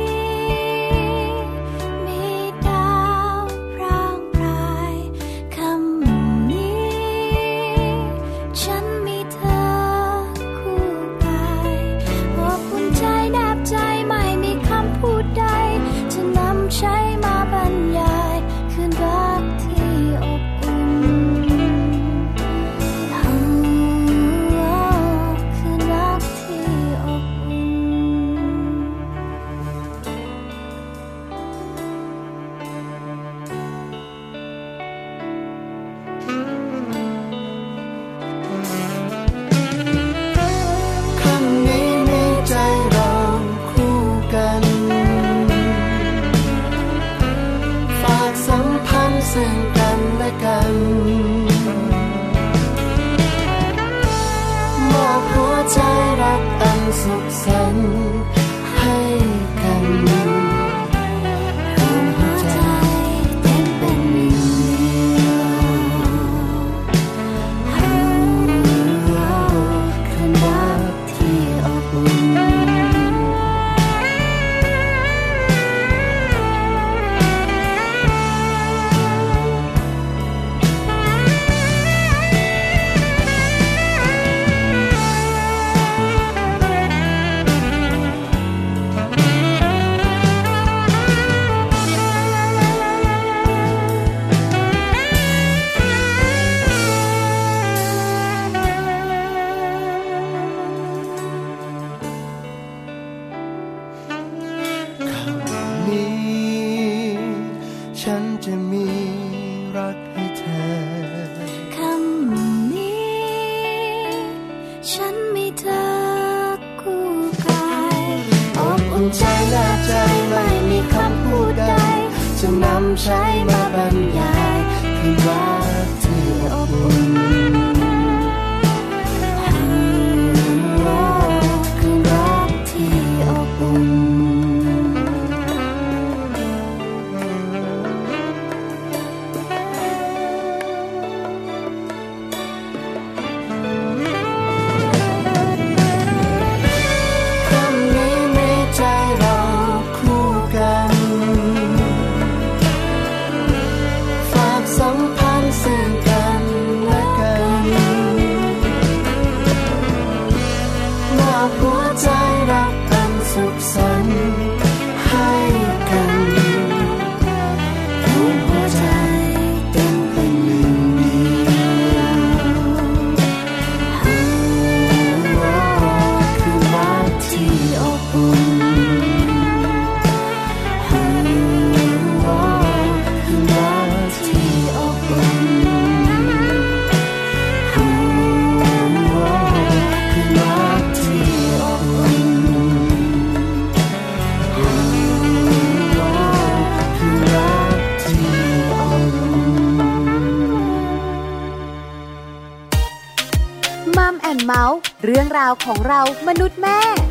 มีดาวร่างรายคำนี้ฉันมีเธอคู่กายอบอุ่นใจแนบใจไม่มีคำพูดใดจะนำใช้มาบรรยายคืนรักที่อบอุ่นคืนรักที่อบอุ่นคำนี้มีใจเราคู่กันฝากสัมพันธ์ซึ่งกันและกันมอบหัวใจรักอันสุขสันต์ให้กันรวมหัวใจเต้นเป็นหนึ่งเดียวคืนรักที่อบอุ่นฉันจะมีรักให้เธอคำนี้ฉันมีเธอคู่กายอบอุ่นใจแนบใจไม่มีคำพูดใดจะนำใช้มาบรรยายคืนรักที่อบอุ่นคืนรักที่อบอุ่นมัมแอนด์เมาส์เรื่องราวของเรามนุษย์แม่